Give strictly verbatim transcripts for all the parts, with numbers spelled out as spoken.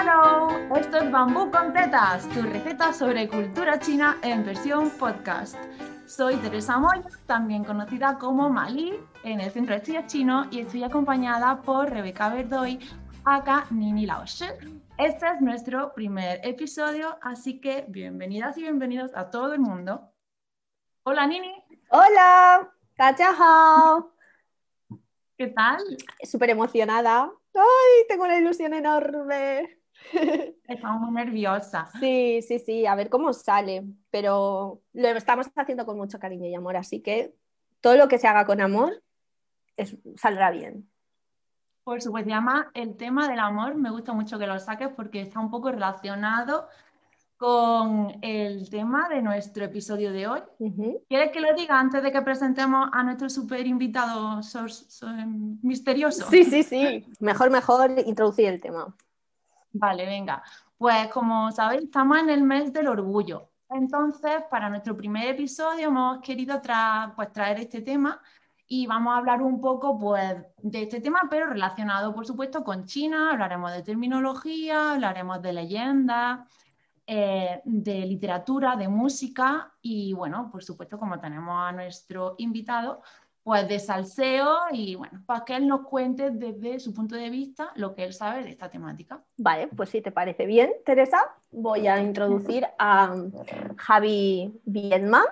Hello, esto es Bambú con Tetas, tu receta sobre cultura china en versión podcast. Soy Teresa Moya, también conocida como Mali, en el Centro de Estudios Chinos, y estoy acompañada por Rebeca Verdoy, acá Nini Laoshi. Este es nuestro primer episodio, así que bienvenidas y bienvenidos a todo el mundo. Hola Nini. Hola, ¡Tachahao! ¿Qué tal? Súper emocionada. ¡Ay, tengo una ilusión enorme! Estamos muy nerviosas. Sí, sí, sí, a ver cómo sale, pero lo estamos haciendo con mucho cariño y amor, así que todo lo que se haga con amor es, saldrá bien. Por supuesto, y además el tema del amor me gusta mucho que lo saques porque está un poco relacionado con el tema de nuestro episodio de hoy. Uh-huh. ¿Quieres que lo diga antes de que presentemos a nuestro super invitado so, so, misterioso? Sí, sí, sí. Mejor, mejor introducir el tema. Vale, venga. Pues como sabéis, estamos en el mes del orgullo. Entonces, para nuestro primer episodio hemos querido tra pues, traer este tema y vamos a hablar un poco pues, de este tema, pero relacionado, por supuesto, con China. Hablaremos de terminología, hablaremos de leyendas, eh, de literatura, de música y, bueno, por supuesto, como tenemos a nuestro invitado, pues de salseo y, bueno, para que él nos cuente desde su punto de vista lo que él sabe de esta temática. Vale, pues si te parece bien, Teresa, voy a introducir a Javi Viedma,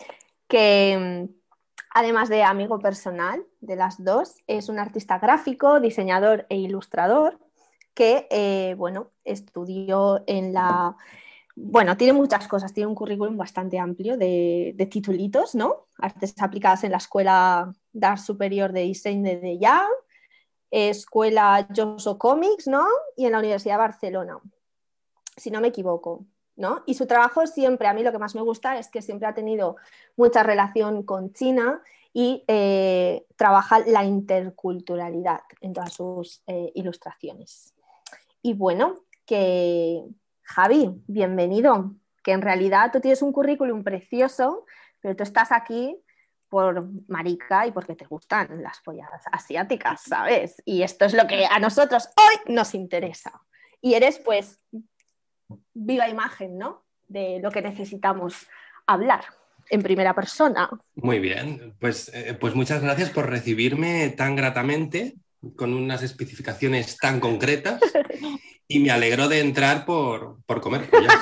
que además de amigo personal de las dos, es un artista gráfico, diseñador e ilustrador que, eh, bueno, estudió en la... Bueno, tiene muchas cosas, tiene un currículum bastante amplio de, de titulitos, ¿no? Artes aplicadas en la Escuela d'Art Superior de Diseño de Deyang, Escuela Joso Comics, ¿no? Y en la Universidad de Barcelona, si no me equivoco, ¿no? Y su trabajo siempre, a mí lo que más me gusta es que siempre ha tenido mucha relación con China y eh, trabaja la interculturalidad en todas sus eh, ilustraciones. Y bueno, que Javi, bienvenido, que en realidad tú tienes un currículum precioso, pero tú estás aquí por marica y porque te gustan las folladas asiáticas, ¿sabes? Y esto es lo que a nosotros hoy nos interesa. Y eres, pues, viva imagen, ¿no? De lo que necesitamos hablar en primera persona. Muy bien, pues, eh, pues muchas gracias por recibirme tan gratamente, con unas especificaciones tan concretas, y me alegro de entrar por, por comer pollas.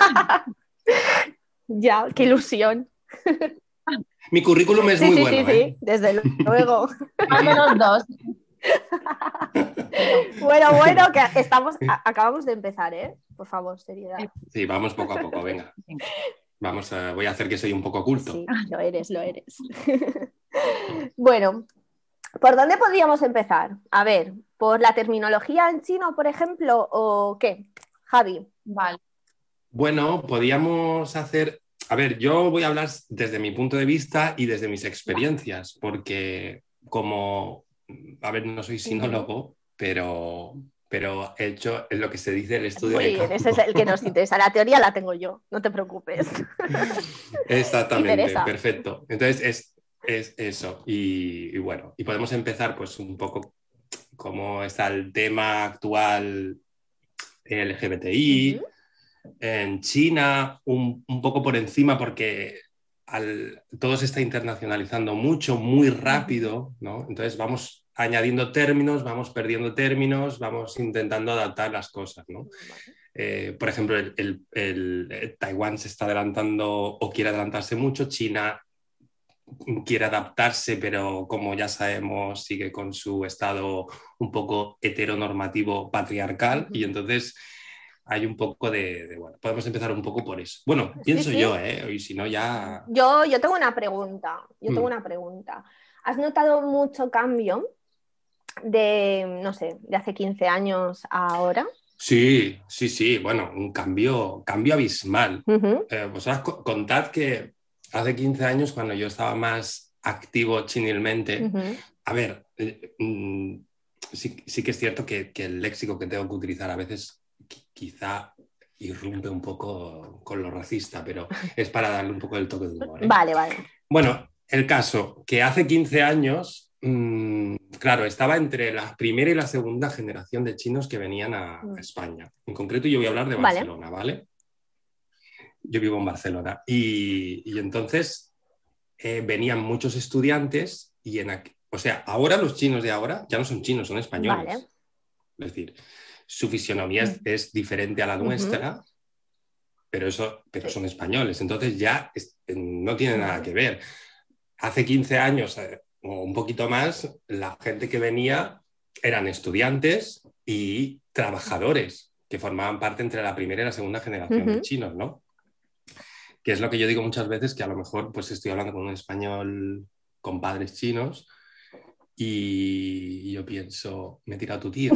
Ya, qué ilusión. Mi currículum es sí, muy sí, bueno, sí, ¿eh? sí, desde luego. Al menos dos. Bueno, bueno, que estamos, a, acabamos de empezar, ¿eh? Por favor, seriedad. Sí, vamos poco a poco, venga. Vamos a, voy a hacer que soy un poco culto. Sí, lo eres, lo eres. Bueno, ¿por dónde podríamos empezar? A ver, ¿por la terminología en chino, por ejemplo, o qué? Javi. Vale. Bueno, podríamos hacer... A ver, yo voy a hablar desde mi punto de vista y desde mis experiencias, porque como... A ver, no soy sinólogo, pero... pero he hecho lo que se dice el estudio Muy de bien, campo. ese es el que nos interesa. La teoría la tengo yo, no te preocupes. Exactamente, perfecto. Entonces es, es eso. Y, y bueno, y podemos empezar pues un poco cómo está el tema actual L G B T I uh-huh. en China, un, un poco por encima porque al, todo se está internacionalizando mucho, muy rápido, ¿no? Entonces vamos añadiendo términos, vamos perdiendo términos, vamos intentando adaptar las cosas, ¿no? Eh, por ejemplo, el, el, el, el Taiwán se está adelantando o quiere adelantarse mucho, China quiere adaptarse, pero como ya sabemos, sigue con su estado un poco heteronormativo patriarcal, uh-huh. y entonces hay un poco de, de, bueno, podemos empezar un poco por eso. Bueno, pienso sí, sí. yo, ¿eh? Y si no ya... Yo, yo tengo una pregunta, yo tengo mm. una pregunta. ¿Has notado mucho cambio de, no sé, de hace quince años a ahora? Sí, sí, sí, bueno, un cambio, cambio abismal. Uh-huh. Eh, vosotras contad que hace quince años, cuando yo estaba más activo chinilmente, uh-huh. a ver, eh, mm, sí, sí que es cierto que, que el léxico que tengo que utilizar a veces quizá irrumpe un poco con lo racista, pero es para darle un poco el toque de humor, ¿eh? Vale, vale. Bueno, el caso, que hace quince años mmm, claro, estaba entre la primera y la segunda generación de chinos que venían a, a España. En concreto yo voy a hablar de Barcelona, ¿vale? ¿vale? Yo vivo en Barcelona y, y entonces eh, venían muchos estudiantes y en aqu... o sea, ahora los chinos de ahora ya no son chinos, son españoles. Vale. Es decir, su fisionomía es, es diferente a la nuestra, uh-huh. pero, eso, pero son españoles, entonces ya es, no tiene nada que ver. Hace quince años eh, o un poquito más, la gente que venía eran estudiantes y trabajadores que formaban parte entre la primera y la segunda generación uh-huh. de chinos, ¿no? Que es lo que yo digo muchas veces, que a lo mejor pues estoy hablando con un español con padres chinos y yo pienso, me he tirado a tu tío.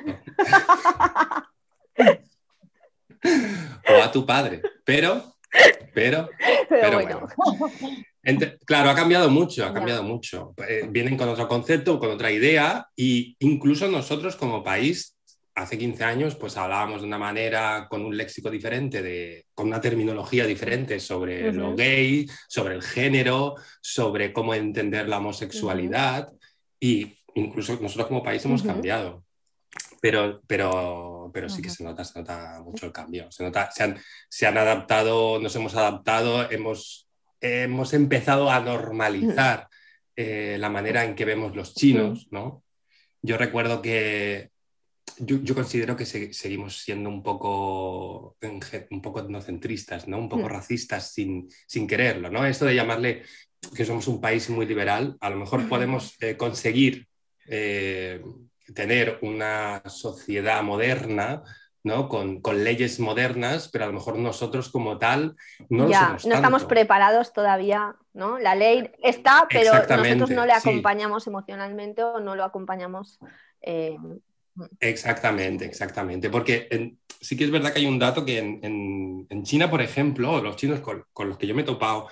O a tu padre. Pero, pero, pero, pero bueno. bueno. Ent- claro, ha cambiado mucho, ha cambiado yeah. mucho. Eh, vienen con otro concepto, con otra idea, y incluso nosotros como país, hace quince años, pues hablábamos de una manera, con un léxico diferente, de, con una terminología diferente sobre uh-huh. lo gay, sobre el género, sobre cómo entender la homosexualidad, uh-huh. y incluso nosotros como país hemos uh-huh. cambiado. Pero, pero, pero sí que se nota, se nota mucho el cambio. Se nota, se han, se han adaptado, nos hemos adaptado, hemos, hemos empezado a normalizar eh, la manera en que vemos los chinos, ¿no? Yo recuerdo que yo, yo considero que se, seguimos siendo un poco, un poco etnocentristas, ¿no? Un poco racistas sin, sin quererlo, ¿no? Esto de llamarle que somos un país muy liberal, a lo mejor podemos eh, conseguir eh, tener una sociedad moderna, ¿no? Con, con leyes modernas, pero a lo mejor nosotros como tal no ya, lo somos no tanto. estamos preparados todavía, ¿no? La ley está, pero nosotros no le acompañamos sí. emocionalmente o no lo acompañamos... Eh... Exactamente, exactamente. Porque en, sí que es verdad que hay un dato que en, en, en China, por ejemplo, los chinos con, con los que yo me he topado,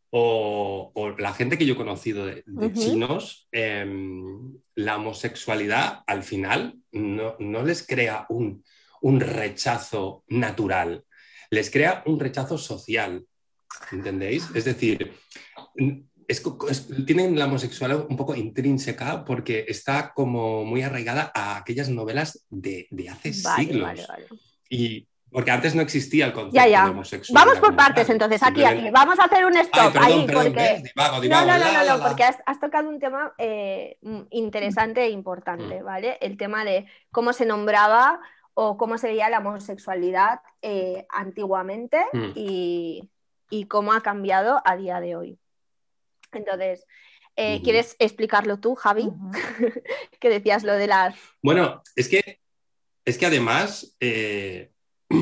O, o la gente que yo he conocido de, de uh-huh. chinos, eh, la homosexualidad al final no, no les crea un, un rechazo natural, les crea un rechazo social, ¿entendéis? Es decir, es, es, tienen la homosexualidad un poco intrínseca porque está como muy arraigada a aquellas novelas de, de hace vale, siglos. Vale, vale. Y porque antes no existía el concepto ya, ya. de homosexualidad. Vamos por partes, tal. Entonces, aquí, Simplemente... aquí. Vamos a hacer un stop. Ay, perdón, ahí, perdón, porque... Divago, divago, no, no, no, la, no, la, no la. porque has, has tocado un tema eh, interesante e importante, mm. ¿vale? El tema de cómo se nombraba o cómo se veía la homosexualidad eh, antiguamente mm. y, y cómo ha cambiado a día de hoy. Entonces, eh, uh-huh. ¿quieres explicarlo tú, Javi? Uh-huh. Que decías lo de las... Bueno, es que, es que además... Eh...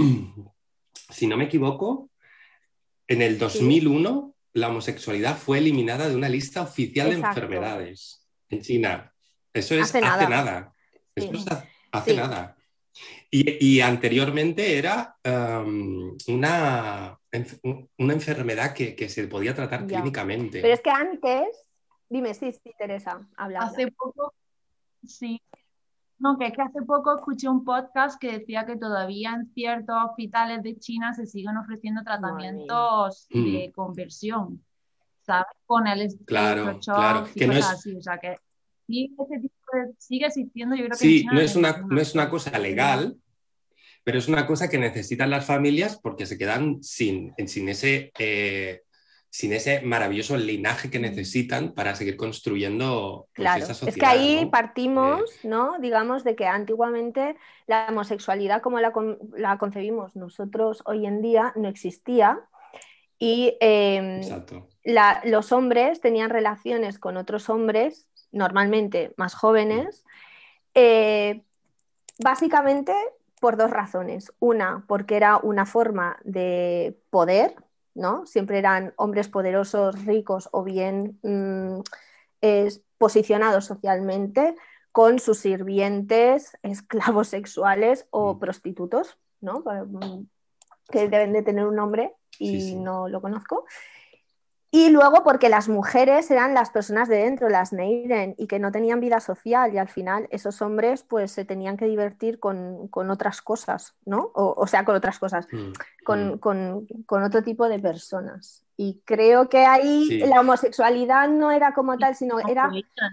si no me equivoco, en el dos mil uno ¿Sí? la homosexualidad fue eliminada de una lista oficial Exacto. de enfermedades en China. Eso es hace, hace nada. nada. Sí. Eso es hace sí. nada. Y, y anteriormente era um, una, una enfermedad que, que se podía tratar ya. clínicamente. Pero es que antes... Dime, sí, sí, Teresa, habla. Hace habla. poco, sí. No, que es que hace poco escuché un podcast que decía que todavía en ciertos hospitales de China se siguen ofreciendo tratamientos Madre. de conversión, ¿sabes? Con el claro, electrochoc claro. y que cosas no es... así, o sea que sí, ese tipo de, sigue existiendo, yo creo que sí, en China no es una, una, no es una cosa legal, pero es una cosa que necesitan las familias porque se quedan sin, sin ese... Eh, sin ese maravilloso linaje que necesitan para seguir construyendo pues, claro. esa sociedad. Es que ahí ¿no? partimos, eh... ¿no? Digamos, de que antiguamente la homosexualidad como la, la concebimos nosotros hoy en día no existía y eh, la, los hombres tenían relaciones con otros hombres, normalmente más jóvenes, eh, básicamente por dos razones. Una, porque era una forma de poder, ¿no? Siempre eran hombres poderosos, ricos o bien mmm, eh, posicionados socialmente con sus sirvientes, esclavos sexuales o mm. prostitutos, ¿no? Que deben de tener un nombre y sí, sí. no lo conozco. Y luego porque las mujeres eran las personas de dentro, las Neiren, y que no tenían vida social y al final esos hombres pues se tenían que divertir con, con otras cosas, ¿no? O, o sea, con otras cosas, mm, con, mm. Con, con otro tipo de personas. Y creo que ahí sí. la homosexualidad no era como tal, sino era...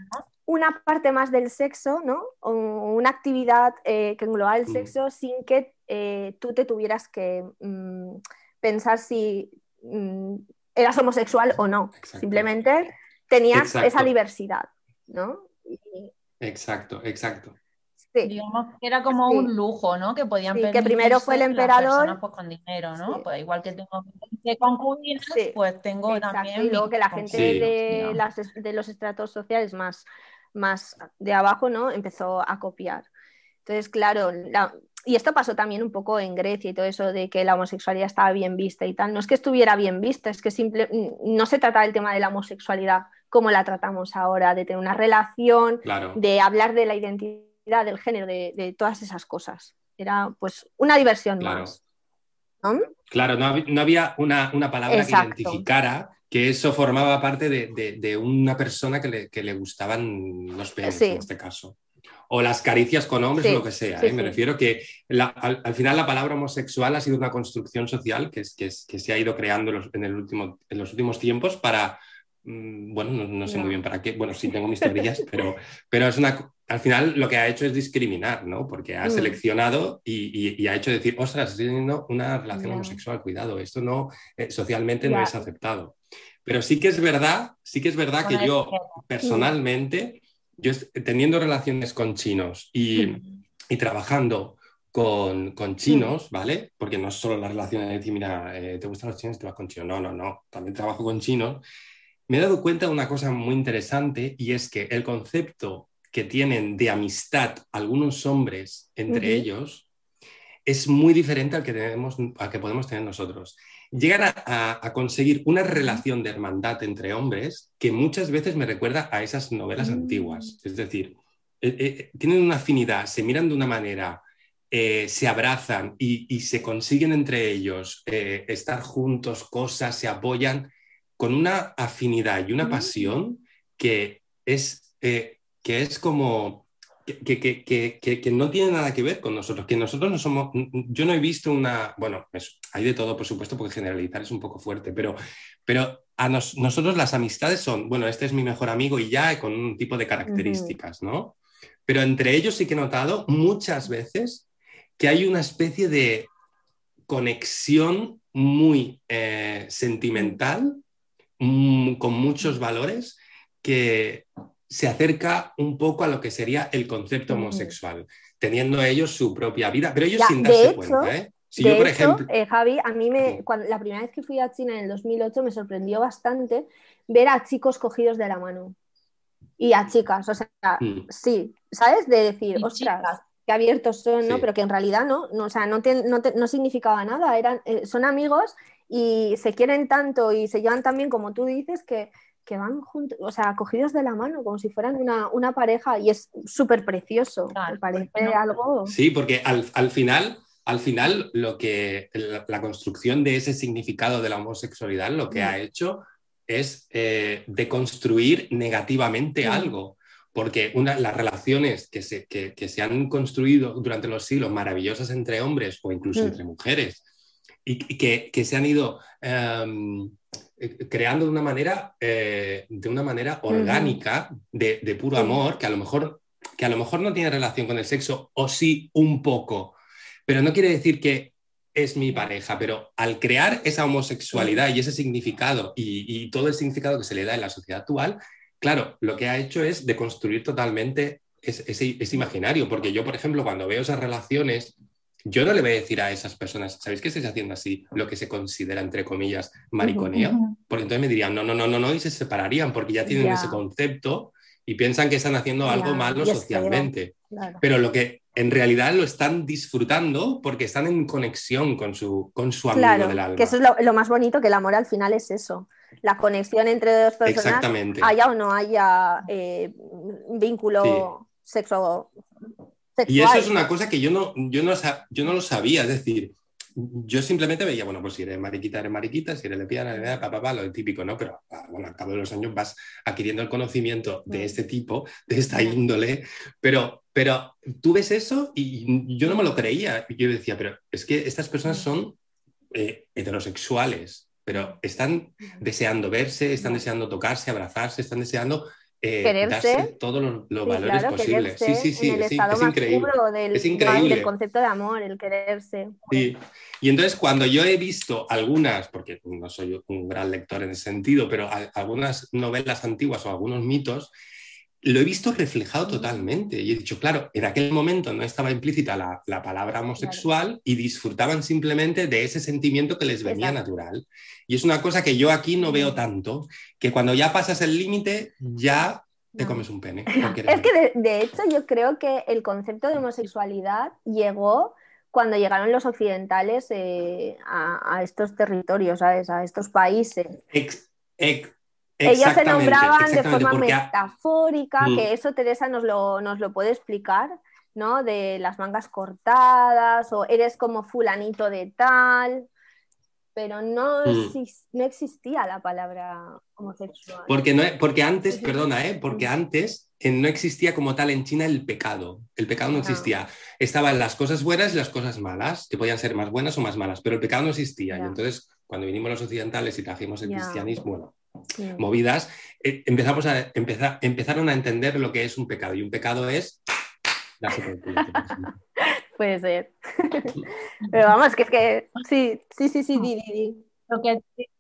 una parte más del sexo, ¿no? O una actividad eh, que engloba el sexo mm. sin que eh, tú te tuvieras que mm, pensar si mm, eras homosexual o no. Exacto. Simplemente tenías exacto. esa diversidad, ¿no? Y... Exacto, exacto. Sí. Digamos que era como sí. un lujo, ¿no? Que podían sí, que primero fue el emperador. Las personas pues, con dinero, ¿no? Sí. Pues igual que tengo de concubinas, sí. pues tengo exacto. también. Y luego que la gente sí. de, las, de los estratos sociales más, más de abajo, ¿no? Empezó a copiar. Entonces, claro, la... y esto pasó también un poco en Grecia y todo eso de que la homosexualidad estaba bien vista y tal. No es que estuviera bien vista, es que simple... no se trata del tema de la homosexualidad como la tratamos ahora, de tener una relación, claro. de hablar de la identidad, del género, de, de todas esas cosas. Era pues una diversión claro. más. ¿No? Claro, no, no había una, una palabra Exacto. que identificara que eso formaba parte de, de, de una persona que le, que le gustaban los penes, sí. en este caso. O las caricias con hombres sí, o lo que sea. Sí, ¿eh? Me sí. refiero que la, al, al final la palabra homosexual ha sido una construcción social que, es, que, es, que se ha ido creando en los, en el último, en los últimos tiempos para, mmm, bueno, no, no sé no. muy bien para qué, bueno, sí tengo mis teorías, pero, pero es una, al final lo que ha hecho es discriminar, ¿no? Porque ha mm. seleccionado y, y, y ha hecho decir, ostras, estoy teniendo una relación yeah. homosexual, cuidado, esto no, eh, socialmente yeah. no es aceptado. Pero sí que es verdad, sí que es verdad que yo personalmente... Yo teniendo relaciones con chinos y, mm. y trabajando con, con chinos, mm. ¿vale? Porque no es solo la relación de decir, mira, eh, ¿te gustan los chinos? Te vas con chinos. No, no, no. También trabajo con chinos. Me he dado cuenta de una cosa muy interesante y es que el concepto que tienen de amistad algunos hombres entre uh-huh. ellos es muy diferente al que, tenemos, al que podemos tener nosotros. Llegan a, a, a conseguir una relación de hermandad entre hombres que muchas veces me recuerda a esas novelas mm. antiguas. Es decir, eh, eh, tienen una afinidad, se miran de una manera, eh, se abrazan y, y se consiguen entre ellos eh, estar juntos, cosas, se apoyan con una afinidad y una mm. pasión que es, eh, que es como... Que, que, que, que, que no tiene nada que ver con nosotros, que nosotros no somos, yo no he visto una, bueno, es, hay de todo por supuesto porque generalizar es un poco fuerte, pero, pero a nos, nosotros las amistades son, bueno, este es mi mejor amigo y ya con un tipo de características, uh-huh. ¿no? Pero entre ellos sí que he notado muchas veces que hay una especie de conexión muy eh, sentimental, mm, con muchos valores que... se acerca un poco a lo que sería el concepto homosexual, teniendo ellos su propia vida, pero ellos ya, sin darse hecho, cuenta. ¿eh? Si de yo, por hecho, ejemplo... eh, Javi, a mí me, cuando, la primera vez que fui a China en el dos mil ocho me sorprendió bastante ver a chicos cogidos de la mano y a chicas, o sea, mm. sí, ¿sabes? De decir, y ostras, chicas. Qué abiertos son, sí. ¿no? Pero que en realidad no, no, o sea, no, te, no, te, no significaba nada, eran, eh, son amigos y se quieren tanto y se llevan tan bien como tú dices que... que van juntos, o sea, cogidos de la mano, como si fueran una, una pareja, y es súper precioso, claro, me parece no. algo... Sí, porque al, al, final, al final lo que, la, la construcción de ese significado de la homosexualidad lo que mm. ha hecho es eh, deconstruir negativamente mm. algo, porque una, las relaciones que se, que, que se han construido durante los siglos maravillosas entre hombres o incluso mm. entre mujeres, y, y que, que se han ido... Um, creando de una manera, eh, de una manera orgánica, de, de puro amor, que a, lo mejor, que a lo mejor no tiene relación con el sexo, o sí un poco, pero no quiere decir que es mi pareja, pero al crear esa homosexualidad y ese significado y, y todo el significado que se le da en la sociedad actual, claro, lo que ha hecho es deconstruir totalmente ese, ese, ese imaginario, porque yo, por ejemplo, cuando veo esas relaciones... Yo no le voy a decir a esas personas, ¿sabéis que estáis haciendo así lo que se considera, entre comillas, mariconeo? Uh-huh. Porque entonces me dirían, no, no, no, no, no, y se separarían porque ya tienen yeah. ese concepto y piensan que están haciendo algo yeah. malo yes, socialmente. Claro. Pero lo que en realidad lo están disfrutando porque están en conexión con su, con su amigo claro, del alma. Que eso es lo, lo más bonito, que el amor al final es eso. La conexión entre dos personas, exactamente. Haya o no haya eh, vínculo sí. sexo sexual. Y eso es una cosa que yo no, yo, no, yo no lo sabía, es decir, yo simplemente veía, bueno, pues si eres mariquita, eres mariquita, si eres lesbiana, eres papá, papá, lo típico, ¿no? Pero bueno, al cabo de los años vas adquiriendo el conocimiento de este tipo, de esta índole, pero, pero tú ves eso y yo no me lo creía. Yo decía, pero es que estas personas son eh, heterosexuales, pero están deseando verse, están deseando tocarse, abrazarse, están deseando eh, Quererse. darse todos los, los Sí, valores claro, posibles. Sí, quererse sí, sí, en el es, estado es más increíble. puro del, Es increíble. del concepto de amor, el quererse. Sí. Y entonces cuando yo he visto algunas, porque no soy un gran lector en ese sentido, pero a, algunas novelas antiguas o algunos mitos, lo he visto reflejado totalmente. Y he dicho, claro, en aquel momento no estaba implícita la, la palabra homosexual, claro, y disfrutaban simplemente de ese sentimiento que les venía Exacto. natural. Y es una cosa que yo aquí no veo tanto, que cuando ya pasas el límite, ya te comes un pene. Es que de, de hecho yo creo que el concepto de homosexualidad llegó cuando llegaron los occidentales eh, a, a estos territorios, ¿sabes? A estos países. Ex, ex, Ellos se nombraban de forma porque... metafórica, mm. que eso Teresa nos lo, nos lo puede explicar, ¿no? De las mangas cortadas o eres como fulanito de tal, pero no, mm. exist, no existía la palabra homosexual. Porque, no, porque antes, perdona, ¿eh? porque antes eh, no existía como tal en China el pecado. El pecado no existía. No. Estaban las cosas buenas y las cosas malas, que podían ser más buenas o más malas, pero el pecado no existía. Yeah. Y entonces, cuando vinimos los occidentales y trajimos el yeah. cristianismo, bueno, yeah. movidas, eh, empezamos a, empezar, empezaron a entender lo que es un pecado. Y un pecado es... Puede ser. Pero vamos, que es que... Sí, sí, sí, sí, di, di, di. Lo que,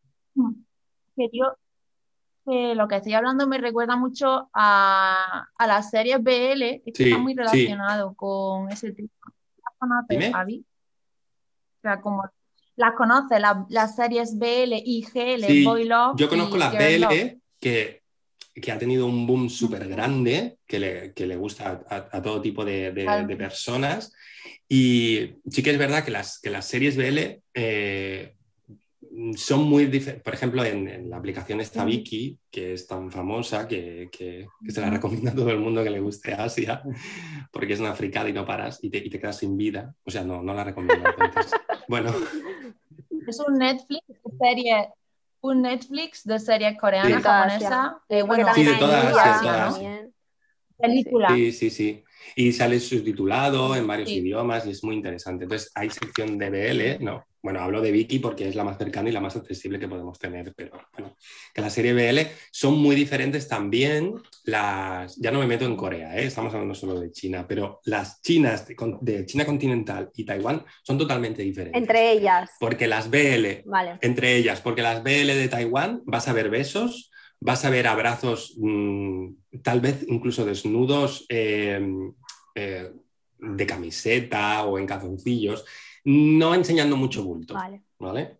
que yo... que lo que estoy hablando me recuerda mucho a, a las series B L, que sí, está muy relacionado sí. con ese tema. ¿Las conoces, Javi? O sea, como las conoces, la, las series B L y G L, sí, Boy Love. Yo conozco las B L que, que ha tenido un boom súper grande, que le, que le gusta a, a, a todo tipo de, de, de personas. Y sí que es verdad que las, que las series B L... Eh, son muy diferentes. Por ejemplo, en, en la aplicación esta Viki, que es tan famosa, que, que, que se la recomienda a todo el mundo que le guste Asia, porque es una fricada y no paras y te, y te quedas sin vida. O sea, no, no la recomiendo. Entonces, bueno. Es un Netflix de serie, un Netflix de serie coreana, sí. japonesa. Eh, bueno, sí, de todas, Asia, de todas. ¿no? Película. Sí, sí, sí. Y sale subtitulado en varios sí. idiomas y es muy interesante. Entonces, hay sección de B L, ¿no? Bueno, hablo de Viki porque es la más cercana y la más accesible que podemos tener, pero bueno, que la serie B L son muy diferentes también. Las, ya no me meto en Corea, ¿eh? Estamos hablando solo de China, pero las chinas de, de China continental y Taiwán son totalmente diferentes. Entre ellas. Porque las B L, vale. entre ellas, porque las B L de Taiwán vas a ver besos, vas a ver abrazos, mmm, tal vez incluso desnudos eh, eh, de camiseta o en calzoncillos, no enseñando mucho bulto. Vale. ¿Vale?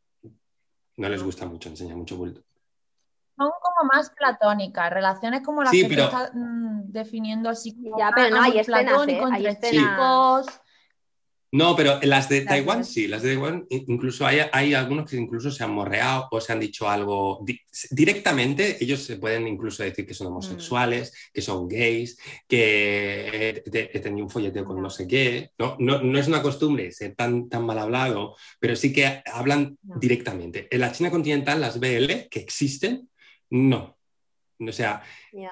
No les gusta mucho enseñar mucho bulto. Son como más platónicas, relaciones como las sí, que pero... tú estás mmm, definiendo así. Ya, pero no hay escenas, ¿eh? Hay entre escenas... chicos. No, pero las de Taiwán sí, las de Taiwán incluso hay, hay algunos que incluso se han morreado o se han dicho algo di directamente, ellos se pueden incluso decir que son homosexuales, mm. que son gays, que he, he tenido un folleteo con no, no sé qué, no, no, no es una costumbre ser tan, tan mal hablado, pero sí que hablan no. directamente. En la China continental las B L que existen, no, o sea... Yeah.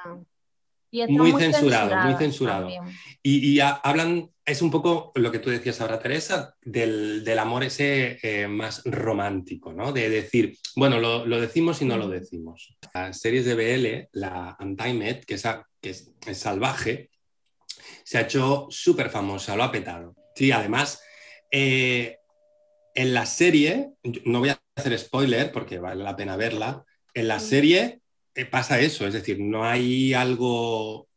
Y muy, muy censurado, muy censurado. Y, y a, hablan, es un poco lo que tú decías ahora, Teresa, del, del amor ese eh, más romántico, ¿no? De decir, bueno, lo, lo decimos y no lo decimos. Las series de B L, la Untimed, que, es, a, que es, es salvaje, se ha hecho súper famosa, lo ha petado. Sí, además, eh, en la serie, no voy a hacer spoiler porque vale la pena verla, en la serie... pasa eso, es decir, no hay algo,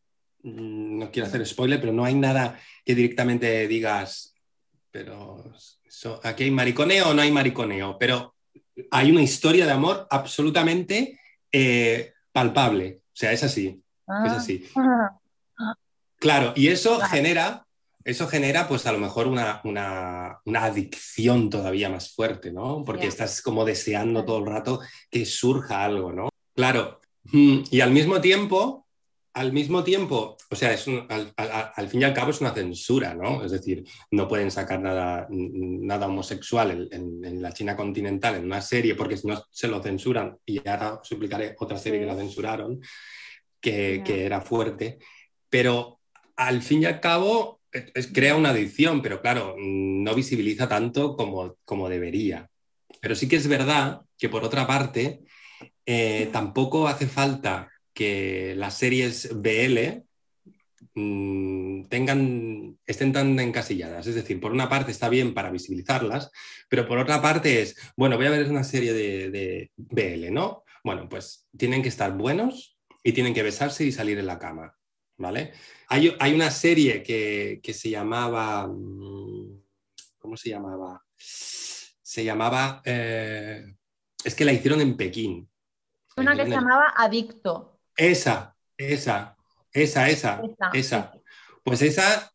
no quiero hacer spoiler, pero no hay nada que directamente digas, pero so, aquí hay mariconeo o no hay mariconeo, pero hay una historia de amor absolutamente eh, palpable, o sea, es así, ah, es así. Ah, ah, claro, y eso claro. genera, eso genera pues a lo mejor una, una, una adicción todavía más fuerte, ¿no? Porque yeah. estás como deseando todo el rato que surja algo, ¿no? Claro. Y al mismo tiempo, al mismo tiempo, o sea, es un, al, al, al fin y al cabo es una censura, ¿no? Es decir, no pueden sacar nada, nada homosexual en, en, en la China continental en una serie porque si no se lo censuran, y ahora os explicaré otra serie sí. que la censuraron, que, yeah. que era fuerte, pero al fin y al cabo es, crea una adicción, pero claro, no visibiliza tanto como, como debería. Pero sí que es verdad que por otra parte... Eh, tampoco hace falta que las series B L mmm, tengan, estén tan encasilladas. Es decir, por una parte está bien para visibilizarlas, pero por otra parte es, bueno, voy a ver una serie de, de B L, ¿no? Bueno, pues tienen que estar buenos y tienen que besarse y salir en la cama, ¿vale? Hay, hay una serie que, que se llamaba... ¿Cómo se llamaba? Se llamaba... Eh, es que la hicieron en Pekín. Una que se llamaba Adicto. Esa, esa, esa, esa, Esa, esa. sí. Pues esa...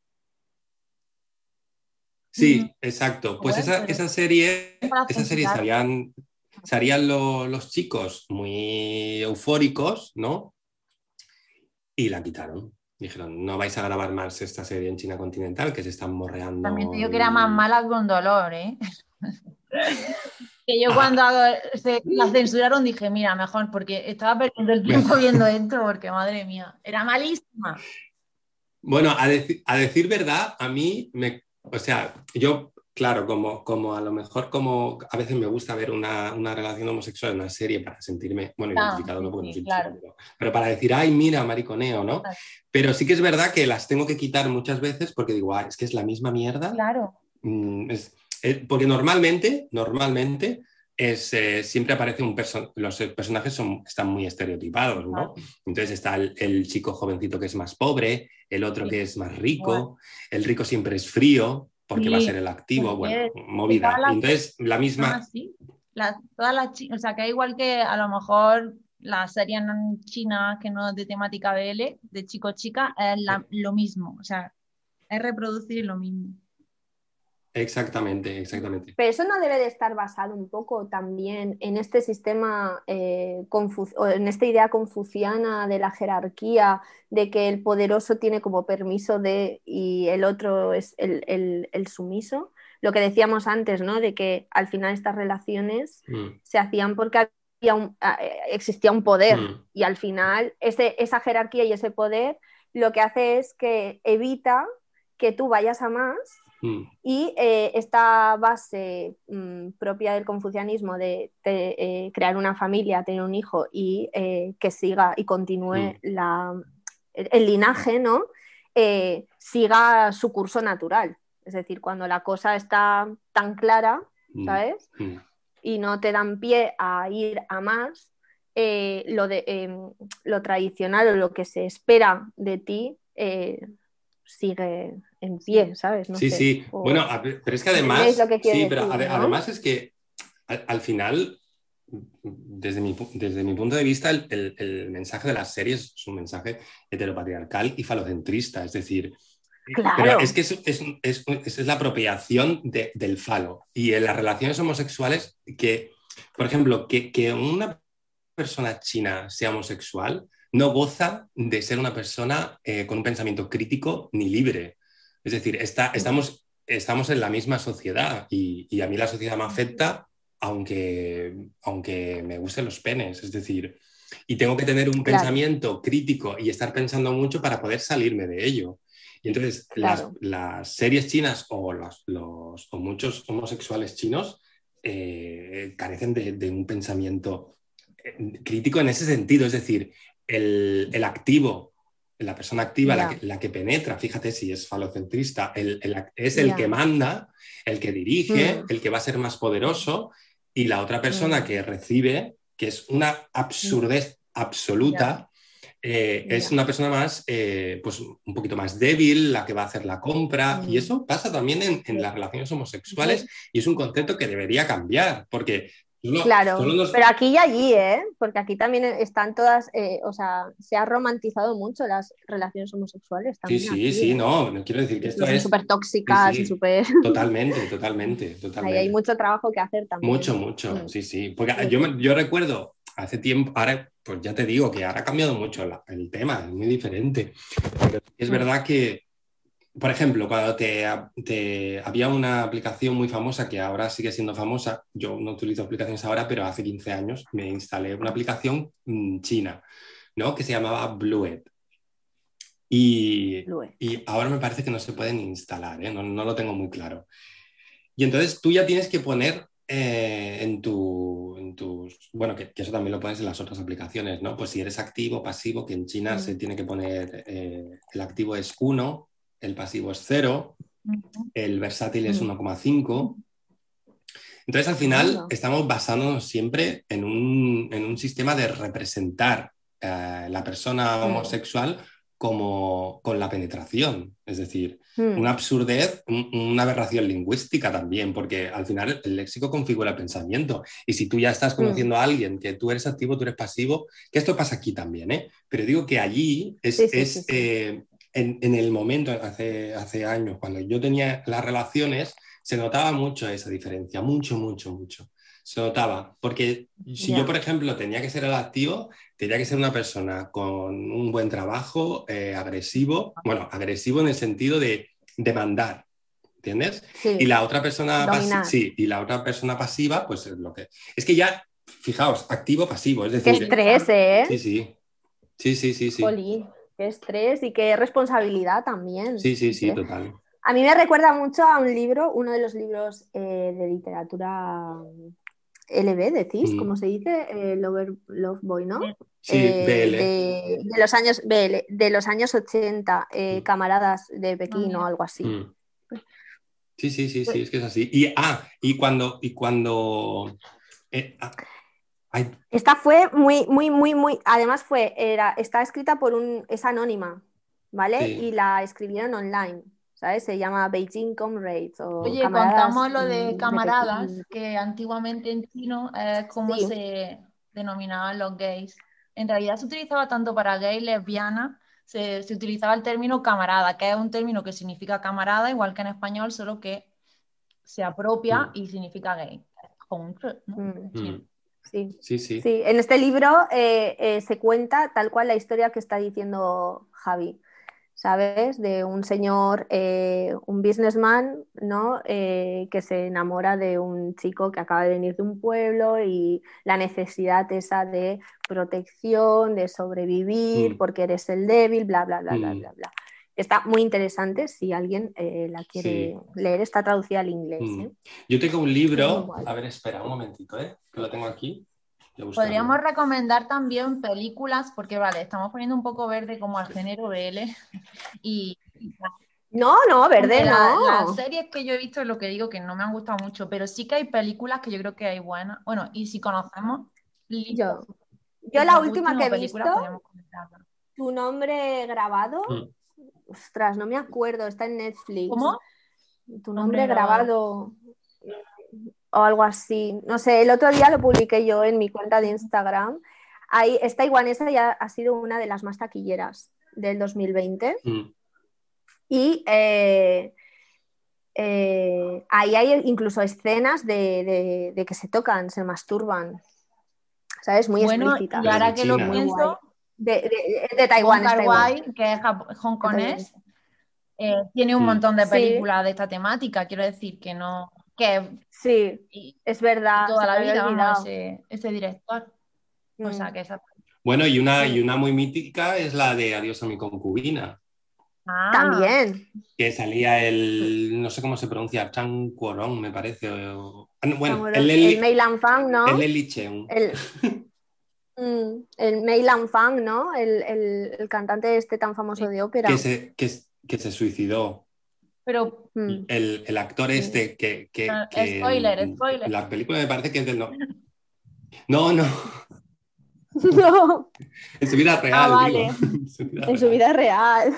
Sí, Mm. exacto. Pues Bueno, esa, pero esa serie, para esa serie censurar. salían, salían lo- los chicos muy eufóricos, ¿no? Y la quitaron. Dijeron, no vais a grabar más esta serie en China continental, que se están También te morreando digo que era más y... mala con dolor, ¿eh? Que yo cuando Ah, hago- se, la censuraron dije, mira, mejor, porque estaba perdiendo el tiempo viendo esto, porque madre mía, era malísima. bueno, a, deci- a decir verdad, a mí me... O sea, yo, claro, como, como a lo mejor como a veces me gusta ver una, una relación homosexual en una serie para sentirme, bueno, Ah, identificado sí, no porque no sí, soy chico, claro. pero, pero para decir, ay, mira, mariconeo, ¿no? Claro. Pero sí que es verdad que las tengo que quitar muchas veces porque digo, ah, es que es la misma mierda. Claro. Mm, es- eh, porque normalmente, normalmente es, eh, siempre aparece un personaje, los eh, personajes son, están muy estereotipados, ¿no? Entonces está el, el chico jovencito que es más pobre, el otro Sí. que es más Bueno. rico, el rico siempre es frío porque va a ser Sí, el activo, bueno, porque todas movida. Y las entonces la son misma... así. La- todas las chi- o sea, que igual que a lo mejor las series chinas que no es de temática B L, de chico-chica, es la- lo mismo. O sea, es reproducir lo mismo. Exactamente, exactamente. Pero eso no debe de estar basado un poco también en este sistema, eh, confu- o en esta idea confuciana de la jerarquía, de que el poderoso tiene como permiso de y el otro es el, el- el sumiso. Lo que decíamos antes, ¿no? De que al final estas relaciones Mm, se hacían porque había un- a- eh, existía un poder mm, y al final ese, esa jerarquía y ese poder lo que hace es que evita que tú vayas a más. mm, Y eh, esta base mmm, propia del confucianismo de, de eh, crear una familia, tener un hijo y eh, que siga y continúe mm, la, el, el linaje, ¿no? Eh, siga su curso natural. Es decir, cuando la cosa está tan clara, mm, ¿sabes? mm. Y no te dan pie a ir a más, eh, lo, de, eh, lo tradicional o lo que se espera de ti eh, sigue en pie, Sí. ¿sabes? No Sí, sé. sí. O, Bueno, a ver, pero es que ¿entendéis lo además, que quiero sí, pero decir, ade- no? además es que al, al final, desde mi, pu- desde mi punto de vista, el, el- el mensaje de las series es un mensaje heteropatriarcal y falocentrista. Es decir, pero es Claro, que es, es, es- es- es la apropiación de- del falo. Y en las relaciones homosexuales, que, por ejemplo, que, que una persona china sea homosexual no goza de ser una persona eh, con un pensamiento crítico ni libre. Es decir, está, estamos, estamos en la misma sociedad y, y a mí la sociedad me afecta aunque, aunque me gusten los penes. Es decir, y tengo que tener un claro, pensamiento crítico y estar pensando mucho para poder salirme de ello. Y entonces las, claro. las series chinas o, los, los, o muchos homosexuales chinos eh, carecen de, de un pensamiento crítico en ese sentido, es decir, el, el activo, la persona activa, la Ya, que, la que penetra, fíjate si es falocentrista, el, el, es el que ya. manda, el que dirige, Mm, el que va a ser más poderoso, y la otra persona mm, que recibe, que es una absurdez absoluta, eh, es ya. una persona más, eh, pues un poquito más débil, la que va a hacer la compra, y Mm. eso pasa también en, en las relaciones homosexuales, y es un concepto que debería cambiar, porque solo, solo Claro, nos... pero aquí y allí, ¿eh? Porque aquí también están todas, eh, o sea, se ha romantizado mucho las relaciones homosexuales Sí, también sí, aquí, sí, ¿eh? no, no quiero decir que esto Incluso son es... súper Sí, tóxicas y sí, súper... totalmente, totalmente, Ahí hay totalmente. mucho trabajo que hacer también. Mucho, mucho, Mm, sí, sí. Porque sí, yo, sí. me- yo recuerdo hace tiempo, ahora, pues ya te digo que ahora ha cambiado mucho la- el tema, es muy diferente. Pero es Mm, verdad que, por ejemplo, cuando te, te- había una aplicación muy famosa que ahora sigue siendo famosa, yo no utilizo aplicaciones ahora, pero hace quince años me instalé una aplicación mm, china, ¿no? Que se llamaba Blued. Y, Lue. y ahora me parece que no se pueden instalar, ¿eh? No, no lo tengo muy claro. Y entonces tú ya tienes que poner eh, en, tu, en tus... Bueno, que, que eso también lo pones en las otras aplicaciones, ¿no? Pues si eres activo, pasivo, que en China Mm. se tiene que poner, eh, el activo es uno, el pasivo es cero, Ujú. el versátil es Mm. uno coma cinco. Entonces, al final, Anda. estamos basándonos siempre en un, en un sistema de representar eh, la persona Mm. homosexual como con la penetración. Es decir, Mm. una absurdez, un- una aberración lingüística también, porque al final el léxico configura el pensamiento. Y si tú ya estás Mm. conociendo a alguien, que tú eres activo, tú eres pasivo, que esto pasa aquí también, ¿eh? Pero digo que allí es, Sí, sí, es sí, sí. eh, en, en el momento, hace, hace años, cuando yo tenía las relaciones, se notaba mucho esa diferencia, mucho, mucho, mucho. Se notaba, porque si Ya. yo, por ejemplo, tenía que ser el activo, tenía que ser una persona con un buen trabajo, eh, agresivo, bueno, agresivo en el sentido de demandar, ¿entiendes? Sí, Y la otra persona pasiva, dominar. sí, y la otra persona pasiva, pues es lo que... Es que ya, fijaos, activo, pasivo, es Qué decir, estrés, ¿eh? sí, sí, sí, sí, sí, sí, Jolín, qué estrés y qué responsabilidad también. sí, sí, sí, Hombre. total. A mí me recuerda mucho a un libro, uno de los libros eh, de literatura L B, decís, Mm. ¿cómo se dice? Eh, Lover, Love Boy, ¿no? Sí, Eh, B L. de, de los años B L, de los años ochenta, eh, Mm. Camaradas de Ah, Pekín o mira. algo así. Mm. Sí, sí, sí, Pues, sí, es que es así. Y, ah, y cuando, y cuando eh, ah, ay, esta fue muy, muy, muy, muy. Además, fue, era, está escrita por un. Es anónima, ¿vale? sí, Y la escribieron online, ¿sabes? Se llama Beijing Comrades o Oye, Camaradas contamos lo de mm, de camaradas, Pekín. que antiguamente en chino es como Sí, se denominaban los gays. En realidad se utilizaba tanto para gay, lesbiana, se, se utilizaba el término camarada, que es un término que significa camarada, igual que en español, solo que se apropia mm, y significa gay. Hongzhi, ¿no? mm, En chino. mm, sí. sí, sí, Sí, en este libro eh, eh, se cuenta tal cual la historia que está diciendo Javi. ¿Sabes? De un señor, eh, un businessman, ¿no? Eh, que se enamora de un chico que acaba de venir de un pueblo y la necesidad esa de protección, de sobrevivir, mm, porque eres el débil, bla, bla, bla, bla, mm, bla, bla. Está muy interesante si alguien eh, la quiere sí. leer, está traducida al inglés, Mm. ¿eh? Yo tengo un Es muy libro, guay. a ver, espera un momentito, ¿eh? Que lo tengo aquí, voy a Podríamos buscarlo. recomendar también películas, porque vale, estamos poniendo un poco verde como al género B L y, No, no, hombre, verde, la- las no. series que yo he visto es lo que digo que no me han gustado mucho, pero sí que hay películas que yo creo que hay buenas. Bueno, y si conocemos libros Yo, que yo la nos última gusten que o he películas, visto, podríamos comentarlas. Tu nombre grabado. Mm. Ostras, no me acuerdo, está en Netflix. ¿Cómo? Tu Nombre nombre grabado. grabado o algo así. No sé, el otro día lo publiqué yo en mi cuenta de Instagram. Ahí, esta iguanesa ya ha sido una de las más taquilleras del dos mil veinte. Mm. Y eh, eh, ahí hay incluso escenas de, de, de que se tocan, se masturban, ¿sabes? Muy Bueno, y explícitas. Pero de ahora que lo Muy China. guay. pienso, De, de, de Wong Taiwán, es Taiwán. Kar-wai, que es jap- De Taiwán. hongkonés, eh, tiene un Mm. montón de Sí, películas de esta temática. Quiero decir que no, que sí, y, es y verdad, toda se la me había vida, vamos, olvidado. ese, ese director. O sea, Mm, que esa. Bueno, y una, y mm. una muy mítica es la de Adiós a mi concubina, Ah, También. que salía el, no sé cómo se pronuncia, Chan Cuorong, me parece. o- ah, no, bueno, el Chamorro- El Leli, Mei Lan Fang, el ¿no? Leli Cheung, El, mm, el Mei Lan Fang, ¿no? El, el, el cantante este tan famoso sí. de que ópera. se, que, que se suicidó. Pero, Mm, El, el actor sí. este que, que, ah, que spoiler, en spoiler. la película me parece que es del... No, no, no, No. en su vida Ah, real, digo. vale. En su vida En su real. vida real.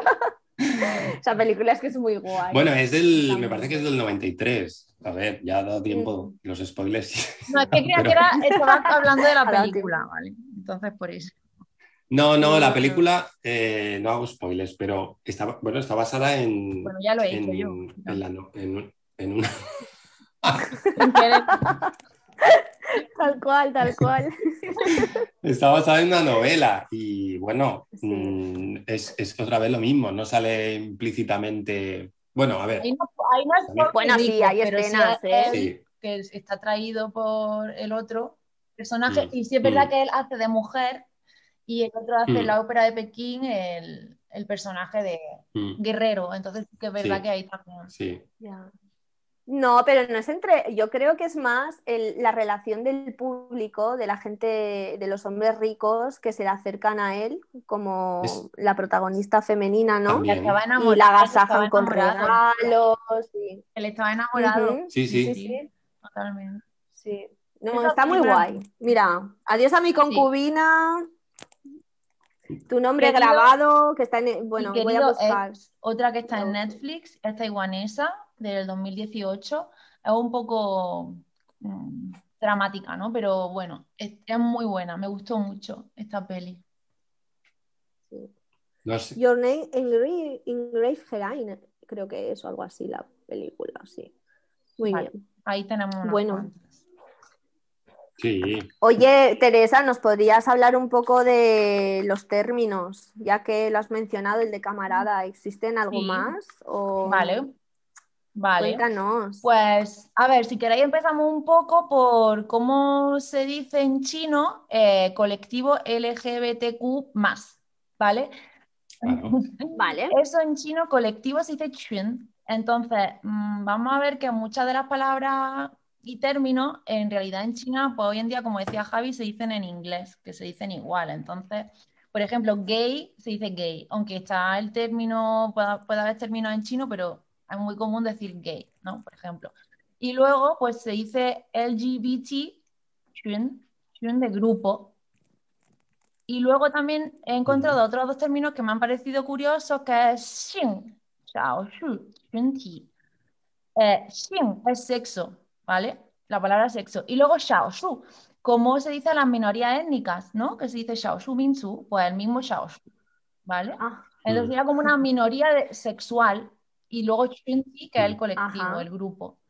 Esa película es que es muy guay. Bueno, es del, Está me muy parece que es guay. del noventa y tres. A ver, ya ha dado tiempo Mm, los spoilers. No, es que creía que Pero era, estabas hablando de la ha dado película, tiempo. ¿vale? Entonces, por eso. no, no, la No, no. película, eh, no hago spoilers, pero está, bueno, está basada en, Bueno, ya lo he hecho yo. en, en, la no- en un- en una... Sin querer. Tal cual, tal cual. Está basada en una novela y bueno, Sí. mm, es, es otra vez lo mismo, no sale implícitamente... Bueno, a Ahí ver, no, ahí no es también- porque Bueno, sí, rico, hay pero sí es escenas, ¿eh? él sí. que es- está traído por el otro personaje. Mm, Y sí es verdad mm, que él hace de mujer y el otro hace en mm, la ópera de Pekín el, el personaje de mm, guerrero. Entonces sí que es verdad que sí, ahí también. sí. Ya. No, pero no es entre. Yo creo que es más el- la relación del público, de la gente, de los hombres ricos que se le acercan a él, como Es la protagonista femenina, ¿no? Ya estaba también. Y la enamorado, que estaba agasajan con enamorado. regalos. Y... Él estaba enamorado. Ujú, Sí, Sí, sí, sí. sí, sí, totalmente. sí. No, Esa está muy película, guay. Mira, adiós a mi sí. concubina, tu nombre Querido grabado, que está en. y Bueno, voy a querido buscar. Ex, otra que está Voy a en buscar. Netflix, es taiwanesa, del dos mil dieciocho. Es un poco mm, dramática, ¿no? Pero bueno, es, es muy buena. Me gustó mucho esta peli. Sí. No sé. Your Name Engraved Engraved Herein, creo que es o algo así la película, sí. Muy Vale, bien. ahí tenemos unas Bueno, cuantas. Sí. oye, Teresa, ¿nos podrías hablar un poco de los términos? Ya que lo has mencionado, el de camarada, ¿existen algo Sí, más? O vale, vale. cuéntanos. Pues, a ver, si queréis empezamos un poco por cómo se dice en chino eh, colectivo L G B T Q más, ¿vale? Claro. Vale. Eso en chino colectivo se dice chun. Entonces, mm, vamos a ver que muchas de las palabras y términos, en realidad en China, pues hoy en día, como decía Javi, se dicen en inglés, que se dicen igual. Entonces, por ejemplo, gay se dice gay, aunque está el término, puede, puede haber términos en chino, pero es muy común decir gay, ¿no? Por ejemplo. Y luego, pues se dice L G B T, chun, chun de grupo. Y luego también he Ujú. encontrado otros dos términos que me han parecido curiosos, que es xin, xiao shu, xunti. Eh, xin es sexo, ¿vale? La palabra sexo. Y luego xiao shu, como se dice a las minorías étnicas, ¿no? Que se dice xiao shu minzu, pues el mismo xiao shu, ¿vale? Ah, Entonces Mm, sería como una minoría de- sexual. Y luego xunti, que es el mm, colectivo, ajá. el grupo.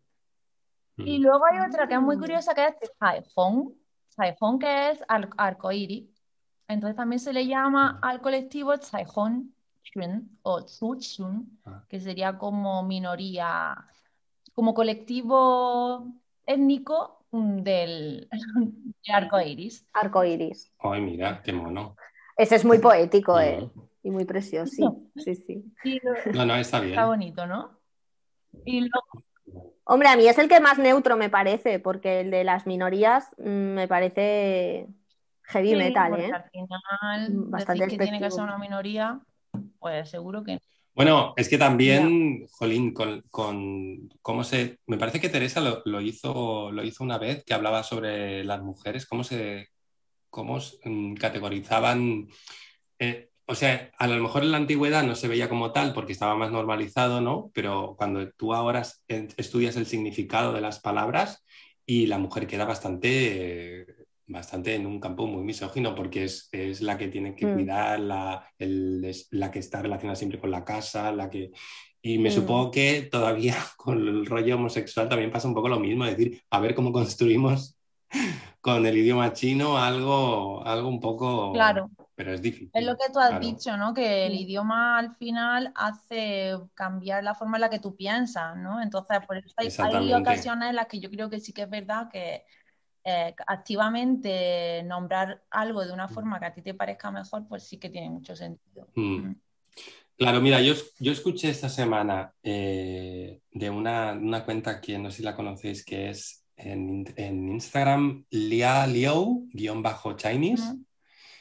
Y mm. luego hay otra que es muy Mm. curiosa, que es caifón. Caifón, que es ar- arcoíris. Entonces también se le llama al colectivo Caifón Chun o Tzu Chun, Ah. que sería como minoría, como colectivo étnico mm, del, del arco iris. Arco iris. Ay, mira, qué mono. Ese es muy poético, ¿eh? Mm. Y muy precioso, sí, sí, sí. Y lo- No, no, está está bien. bonito, ¿no? Y luego, Hombre, a mí es el que más neutro me parece, porque el de las minorías mm, me parece heavy sí, metal, porque ¿eh? al final Mm, Bastante decir que tiene que ser despectivo. una minoría, pues seguro que Bueno, es que Ya. también, Jolín, con, con cómo se. Me parece que Teresa lo, lo hizo, lo hizo una vez que hablaba sobre las mujeres, cómo se cómo mm, categorizaban. eh, o sea, a lo mejor en la antigüedad no se veía como tal porque estaba más normalizado, ¿no? Pero cuando tú ahora es- estudias el significado de las palabras y la mujer queda bastante, eh, bastante en un campo muy misógino porque es, es la que tiene que Mm, cuidar, la, el- es la que está relacionada siempre con la casa, la que... Y me mm. supongo que todavía con el rollo homosexual también pasa un poco lo mismo, es decir, a ver cómo construimos con el idioma chino algo, algo un poco, claro. pero es Es lo difícil, que tú has claro, dicho, ¿no? Que el Mm. idioma al final hace cambiar la forma en la que tú piensas, ¿no? Entonces, por eso hay, hay exactamente. ocasiones en las que yo creo que sí que es verdad que eh, activamente nombrar algo de una forma que a ti te parezca mejor, pues sí que tiene mucho sentido. Mm. Mm. Claro, mira, yo, yo escuché esta semana eh, de una, una cuenta que no sé si la conocéis, que es en, en Instagram, Lia Liu, guión bajo Chinese, Mm.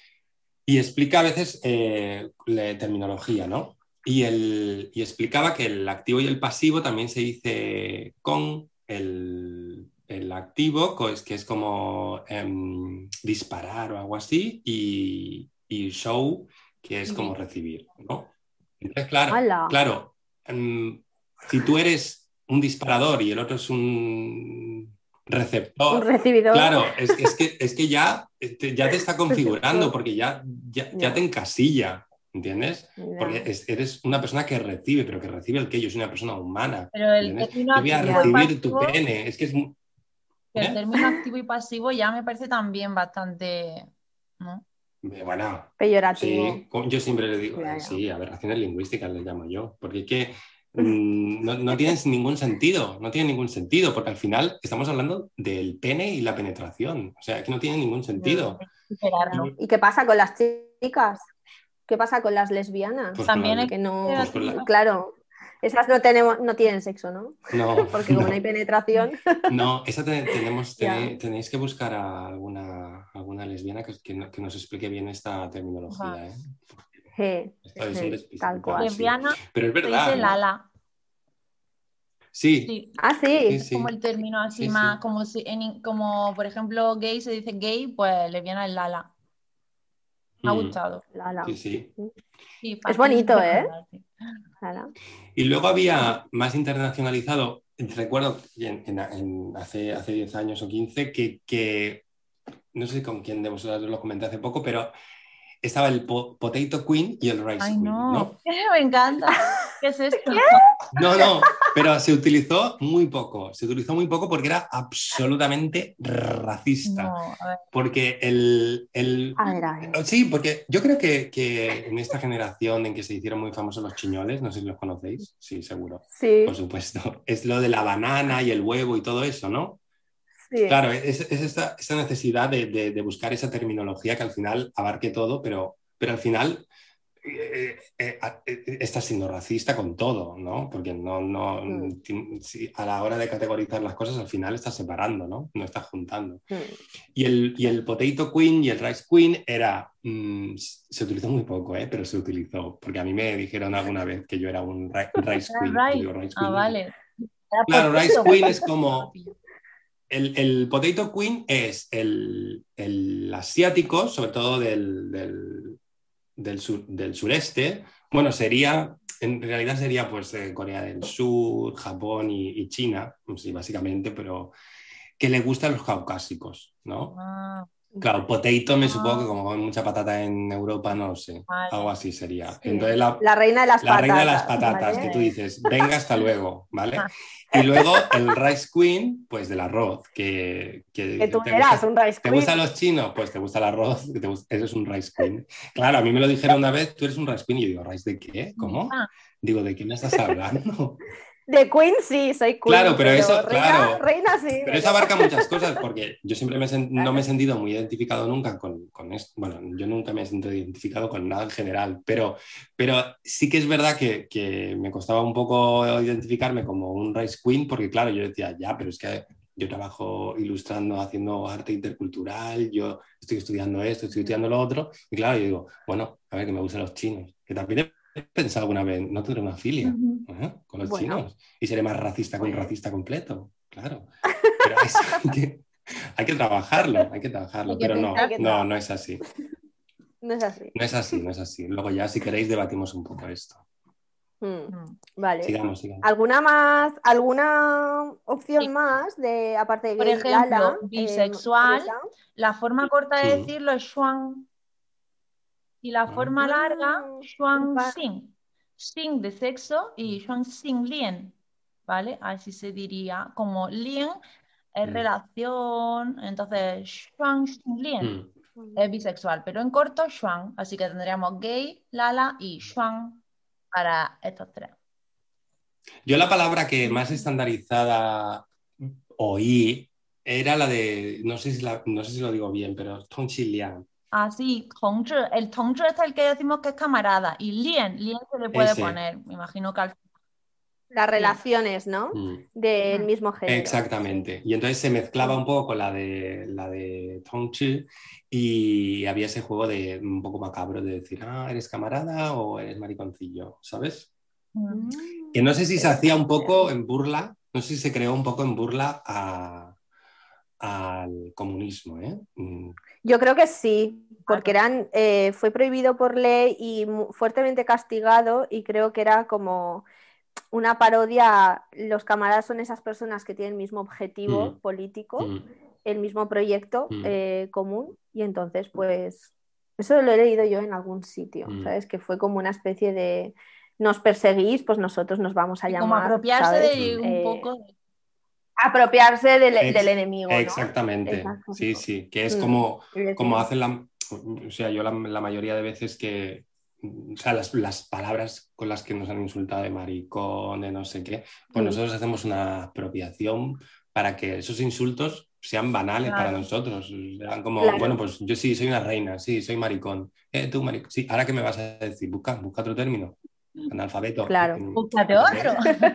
y explica a veces eh, la terminología, ¿no? Y, el, y explicaba que el activo y el pasivo también se dice con el, el activo, co- es que es como em, disparar o algo así, y, y show, que es como Recibir. recibir, ¿no? Entonces, claro, ¡Hala! claro, em, si tú eres un disparador y el otro es un Un receptor, recibidor. claro, es, es que, es que ya, te, ya te está configurando Receptor. porque ya, ya, ya te Ya, encasilla, ¿entiendes? Porque ya, es- eres una persona que recibe, pero que recibe el que yo soy una persona humana, Pero el ¿entiendes? término Yo voy a activo y ya. recibir tu pasivo, pene, es que es... mu- que el ¿eh? término activo y pasivo ya me parece también bastante, ¿no? Eh, Bueno, Peyorativo. sí, co- yo siempre le digo, Ya, eh, ya. sí, aberraciones lingüísticas les llamo yo, porque es que mm, no, no tienen ningún sentido, no tiene ningún sentido, porque al final estamos hablando del pene y la penetración, o sea, que no tiene ningún Ya. sentido. Superarlo. Y ¿Y qué pasa con las chicas? ¿Qué pasa con las pues lesbianas? con También la, hay Que que no, pues con la, claro, Esas no, tenemos, no tienen sexo, ¿no? No, Porque como no, no hay penetración. No, esa te- tenemos, Ya. tenéis, tenéis que buscar a alguna, alguna lesbiana que, que no- que nos explique bien esta terminología, Ajá. ¿eh? Je, Esto es un je, despiste tal total, cual. sí. Lesbiana Pero es se verdad, dice ¿no? Lala. Sí, Sí, Ah, sí, sí. es como sí, el término así sí, más, sí. como si en in- como por ejemplo gay se dice gay, pues lesbiana es Lala. Me ha Mm, gustado. Lala. sí, sí. Sí, Es fácil bonito, de ¿eh? recordar, sí. Lala. Y luego había más internacionalizado, recuerdo en, en- en- hace, hace diez años o quince, que, que no sé con quién de vosotros lo comenté hace poco, pero estaba el po- Potato Queen y el Rice Ay, Queen, ¿no? no, me encanta. ¿Qué es esto? No, no, pero se utilizó muy poco. Se utilizó muy poco porque era absolutamente racista. No, a ver. Porque el. el A ver, a ver. sí, porque yo creo que, que en esta generación en que se hicieron muy famosos los chiñoles, no sé si los conocéis, sí, seguro, por Sí, supuesto, es lo de la banana y el huevo y todo eso, ¿no? sí. Claro, es, es esta, esta necesidad de, de- de buscar esa terminología que al final abarque todo, pero, pero al final eh, eh, eh, estás siendo racista con todo, ¿no? Porque no, no, Mm, ti- si a la hora de categorizar las cosas al final estás separando, ¿no? No estás juntando. mm. Y el, y el Potato Queen y el Rice Queen era, mm, se utilizó muy poco, ¿eh? Pero se utilizó, porque a mí me dijeron alguna vez que yo era un ri- Rice Era Queen. Yo right. digo Rice Ah, Queen. vale. Era Claro, Rice potato, Queen es potato. como el, el Potato Queen es el, el asiático, sobre todo del, del, del, sur, del sureste. Bueno, sería, en realidad sería pues eh, Corea del Sur, Japón y, y China, sí, básicamente, pero que le gustan los caucásicos, ¿no? Ah, Claro, potato me supongo que ah, como comen mucha patata en Europa, no sé, algo vale. así sería. Sí. Entonces la, La reina de las la reina de las patatas, patatas, que ¿vale? tú Sí. dices, venga, hasta luego, ¿vale? Ah, Y luego el rice queen, pues del arroz, que, que Que tú te eras gusta, un rice ¿te gustan queen. los chinos? Pues te gusta el arroz, que te gusta- eres un rice queen. Claro, a mí me lo dijeron una vez, tú eres un rice queen, y yo digo, ¿rice de qué? ¿Cómo? ah, Digo, ¿de qué me estás hablando? De queen sí, soy Claro, queen, pero pero eso, reina, claro, reina sí, pero eso pero... abarca muchas cosas, porque yo siempre me he sen- no me he Claro. sentido muy identificado nunca con, con esto. Bueno, yo nunca me he sentido identificado con nada en general, pero, pero sí que es verdad que, que me costaba un poco identificarme como un Rice Queen, porque claro, yo decía, ya, pero es que yo trabajo ilustrando, haciendo arte intercultural, yo estoy estudiando esto, estoy estudiando lo otro, y claro, yo digo, bueno, a ver, que me gustan los chinos, que también he pensado alguna vez, no tendré una filia ujú. ¿eh? Con los Bueno, chinos y seré más racista que un pues... racista completo, claro. Pero eso hay, que, hay que trabajarlo, hay que trabajarlo, Hay que pero no, Hay pensar. que no, trabajar. no es así. No es así. No es así, no es así. Luego ya, si queréis, debatimos un poco esto. Mm, Mm. Vale. Sigamos, sigamos. ¿Alguna más, alguna Sí. opción más de, aparte de Por gay, Lala, ejemplo, eh, bisexual, Teresa? la forma corta de Mm. decirlo es xuan y la Ah, forma larga, Ah, xuan va- xin. Xin de sexo y xuan xin lien, ¿vale? Así se diría, como lien es mm, relación, entonces xuan xin lien mm. es bisexual, pero en corto xuan, así que tendríamos gay, lala y xuan para estos tres. Yo la palabra que más estandarizada oí era la de, no sé si, la- no sé si lo digo bien, pero tongchilian. Ah, sí, 同志. El 同志es el que decimos que es camarada. Y lien, lien se le puede Ese. poner. Me imagino que al Las sí. relaciones, ¿no? Mm. Del Mm. mismo género. Exactamente. Y entonces se mezclaba Mm. un poco con la de la de Tongchi y había ese juego de un poco macabro de decir, ah, ¿eres camarada o eres mariconcillo? ¿Sabes? Mm. Mm, Que no sé si se hacía un interesante. poco en burla, no sé si se creó un poco en burla a- al comunismo, ¿eh? Mm, Yo creo que sí, porque Claro. eran, eh, fue prohibido por ley y mu- fuertemente castigado y creo que era como una parodia. a- Los camaradas son esas personas que tienen el mismo objetivo mm, político, mm, el mismo proyecto mm, eh, común y entonces pues eso lo he leído yo en algún sitio, mm. ¿sabes? Que fue como una especie de nos perseguís, pues nosotros nos vamos a Y como llamar, apropiarse ¿sabes? de un Eh, poco. de- apropiarse del, del Ex- enemigo, ¿no? exactamente, Exacto. sí, sí, que es Mm, como, y decir, como hacen la, o sea, yo la, la mayoría de veces que, o sea, las, las palabras con las que nos han insultado de maricón, de no sé qué, pues mm, nosotros hacemos una apropiación para que esos insultos sean banales para Claro. nosotros. Sean como, Claro. bueno, pues yo sí, soy una reina, sí, soy maricón. Eh, tú, maricón. Sí, ¿ahora qué me vas a decir? Busca, busca otro término. analfabeto. Claro. Búscate otro.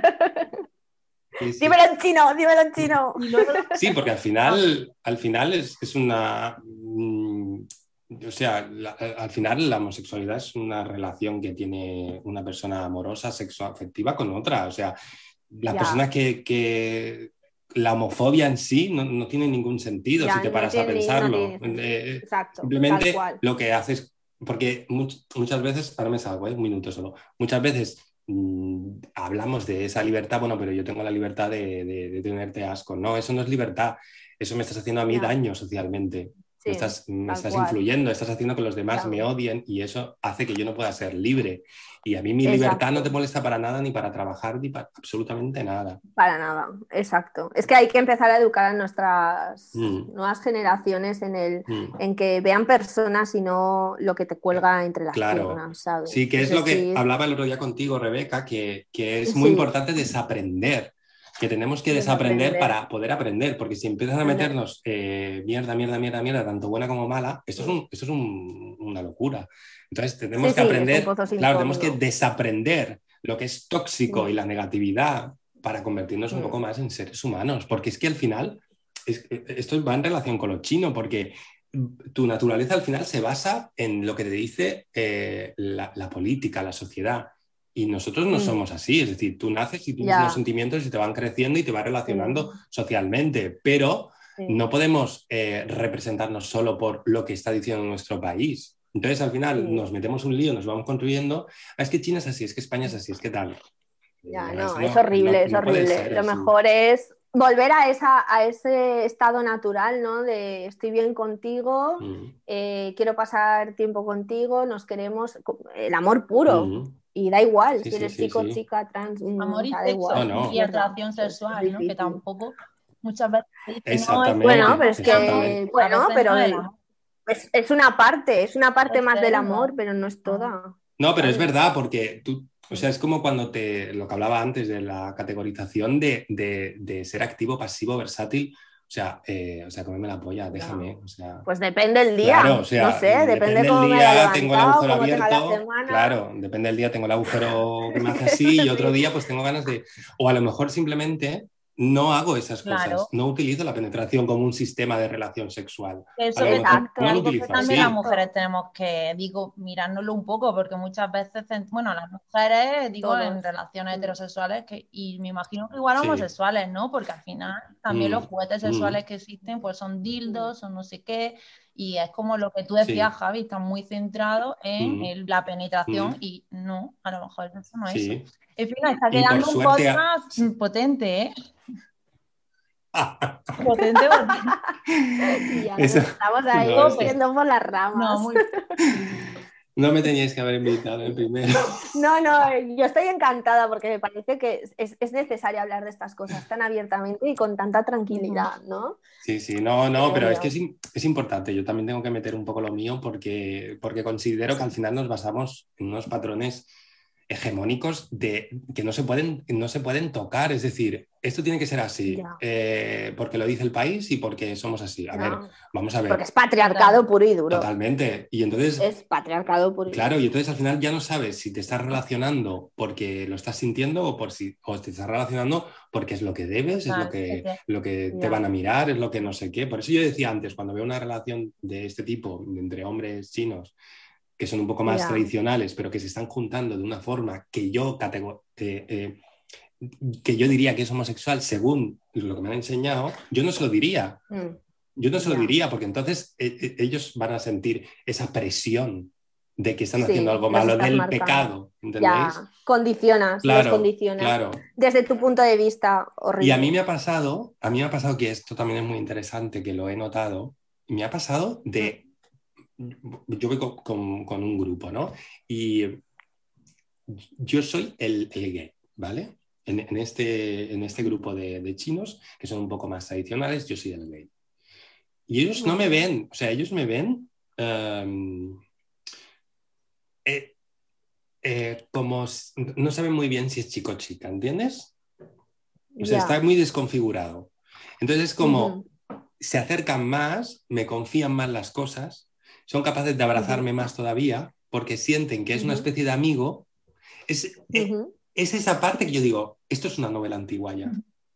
Sí, sí. Dímelo en chino, dímelo en chino. Sí, porque al final, al final es, es una... mm, o sea, la- al final la homosexualidad es una relación que tiene una persona amorosa, sexoafectiva con otra. O sea, las Ya. personas que, que... La homofobia en sí no, no tiene ningún sentido Ya, si te no paras a tiene- no pensarlo. tiene sentido. Eh, Exacto, tal simplemente cual. lo que haces... Porque much- muchas veces, ahora me salgo, ¿eh? Un minuto solo, muchas veces mm, hablamos de esa libertad, bueno, pero yo tengo la libertad de, de- de tenerte asco. No, eso no es libertad, eso me estás haciendo a mí Ya. daño socialmente. Sí, Me estás, me tal estás cual. influyendo, estás haciendo que los demás Claro. me odien y eso hace que yo no pueda ser libre. Y a mí mi Exacto. libertad no te molesta para nada, ni para trabajar, ni para absolutamente nada. Para nada, exacto. Es que hay que empezar a educar a nuestras Mm. nuevas generaciones en el, Mm. en que vean personas y no lo que te cuelga entre las Claro. piernas, ¿sabes? Sí, que es, lo que decir, hablaba el otro día contigo, Rebeca, que, que es muy Sí. importante desaprender, que tenemos que desaprender, Desaprender. para poder aprender, porque si empiezas a Anda. meternos eh, mierda, mierda, mierda, mierda, tanto buena como mala, esto es, un, esto es un- una locura. Entonces tenemos Sí, que sí, es aprender, un pozo sin claro, tenemos que fondo. desaprender lo que es tóxico Mm. y la negatividad para convertirnos un Mm. poco más en seres humanos, porque es que al final, es- esto va en relación con lo chino, porque tu naturaleza al final se basa en lo que te dice eh, la, la política, la sociedad. Y nosotros no Mm. somos así, es decir, tú naces y tienes Ya. unos sentimientos y te van creciendo y te vas relacionando Sí. socialmente, pero Sí. no podemos eh, representarnos solo por lo que está diciendo nuestro país. Entonces al final Sí. nos metemos un lío, nos vamos construyendo, "Ah, es que China es así, es que España es así, es que tal". Ya, Eh, no, eso es horrible, no- es no puede horrible. ser Lo así. mejor es volver a, esa, a ese estado natural, ¿no? De estoy bien contigo, Mm, eh, quiero pasar tiempo contigo, nos queremos, el amor puro. mm. Y da igual Sí, si sí, eres sí, chico, sí. chica, trans, mm, Amor o y sea, da sexo igual. No, no. y Mierda, atracción pues, es sexual, ¿no? Que difícil. tampoco muchas veces dicen, no, es Exactamente. Bueno, pero es exactamente. que, bueno, a veces pero no es el amor. es, es una parte, es una parte Es más del cero, amor, ¿no? pero no es toda. No, pero es ¿sabes? verdad, porque tú, o sea, es como cuando te, lo que hablaba antes de la categorización de, de- de ser activo, pasivo, versátil, o sea, eh, o sea, cómeme la polla, déjame, o sea, Pues depende el día, claro, o sea, no sé, depende depende cómo del me haya día, tengo el levantado, agujero cómo tenga la abierto, semana. claro, depende del día, tengo el agujero que me hace así y otro Sí. día pues tengo ganas de, o a lo mejor simplemente no hago esas cosas, Claro. no utilizo la penetración como un sistema de relación sexual. Eso A lo que mejor Exacto. no lo algo que utilizo también así. las mujeres tenemos que, digo, mirárnoslo un poco, porque muchas veces, bueno, las mujeres, digo, Todos. en relaciones Mm. heterosexuales, que, y me imagino que igual Sí. homosexuales, ¿no? Porque al final también Mm, los juguetes mm. sexuales que existen, pues son dildos, son no sé qué, y es como lo que tú decías, Sí. Javi, está muy centrado en Mm. el- la penetración, Mm. y no, a lo mejor eso no es Sí. eso. En fin, está Y por quedando un suerte a- podcast potente, ¿eh? Potente, potente. Y ya Eso- nos estamos ahí no, es que- yendo por las ramas. No, muy No me teníais que haber invitado el primero. No, no, yo estoy encantada porque me parece que es, es necesario hablar de estas cosas tan abiertamente y con tanta tranquilidad, ¿no? Sí, sí, no, no, Pero pero es mira. que es, im- es importante. Yo también tengo que meter un poco lo mío porque, porque considero que al final nos basamos en unos patrones hegemónicos de, que no se, pueden, no se pueden tocar. Es decir, esto tiene que ser así Ya. eh, porque lo dice el país y porque somos así. A Ya. ver, vamos a ver. Porque es patriarcado puro y duro. Totalmente. Y entonces... Es patriarcado puro y duro. Claro, y entonces al final ya no sabes si te estás relacionando porque lo estás sintiendo o, por si, o te estás relacionando porque es lo que debes, es lo que, lo que te Ya. van a mirar, es lo que no sé qué. Por eso yo decía antes, cuando veo una relación de este tipo entre hombres chinos que son un poco más Ya. tradicionales, pero que se están juntando de una forma que yo, catego- eh, eh, que yo diría que es homosexual según lo que me han enseñado, yo no se lo diría. Mm. Yo no se lo Ya. diría, porque entonces eh, eh, ellos van a sentir esa presión de que están Sí, haciendo algo los malo, estás del marcando. pecado, ¿entendéis? Ya, condicionas, Claro, los condicionas. claro. Desde tu punto de vista, horrible. Y a mí me ha pasado, a mí me ha pasado que esto también es muy interesante, que lo he notado, y me ha pasado de, yo voy con, con- con un grupo, ¿no? Y yo soy el, el gay, ¿vale? En, en este, en este grupo de, de chinos, que son un poco más tradicionales, yo soy el gay. Y ellos no me ven, o sea, ellos me ven um, eh, eh, como s- no saben muy bien si es chico o chica, ¿entiendes? O sea, Ya. está muy desconfigurado. Entonces es como, Ujú. se acercan más, me confían más las cosas, son capaces de abrazarme más todavía porque sienten que es una Ujú. especie de amigo. es, uh-huh. es, es esa parte que yo digo, esto es una novela antigua ya.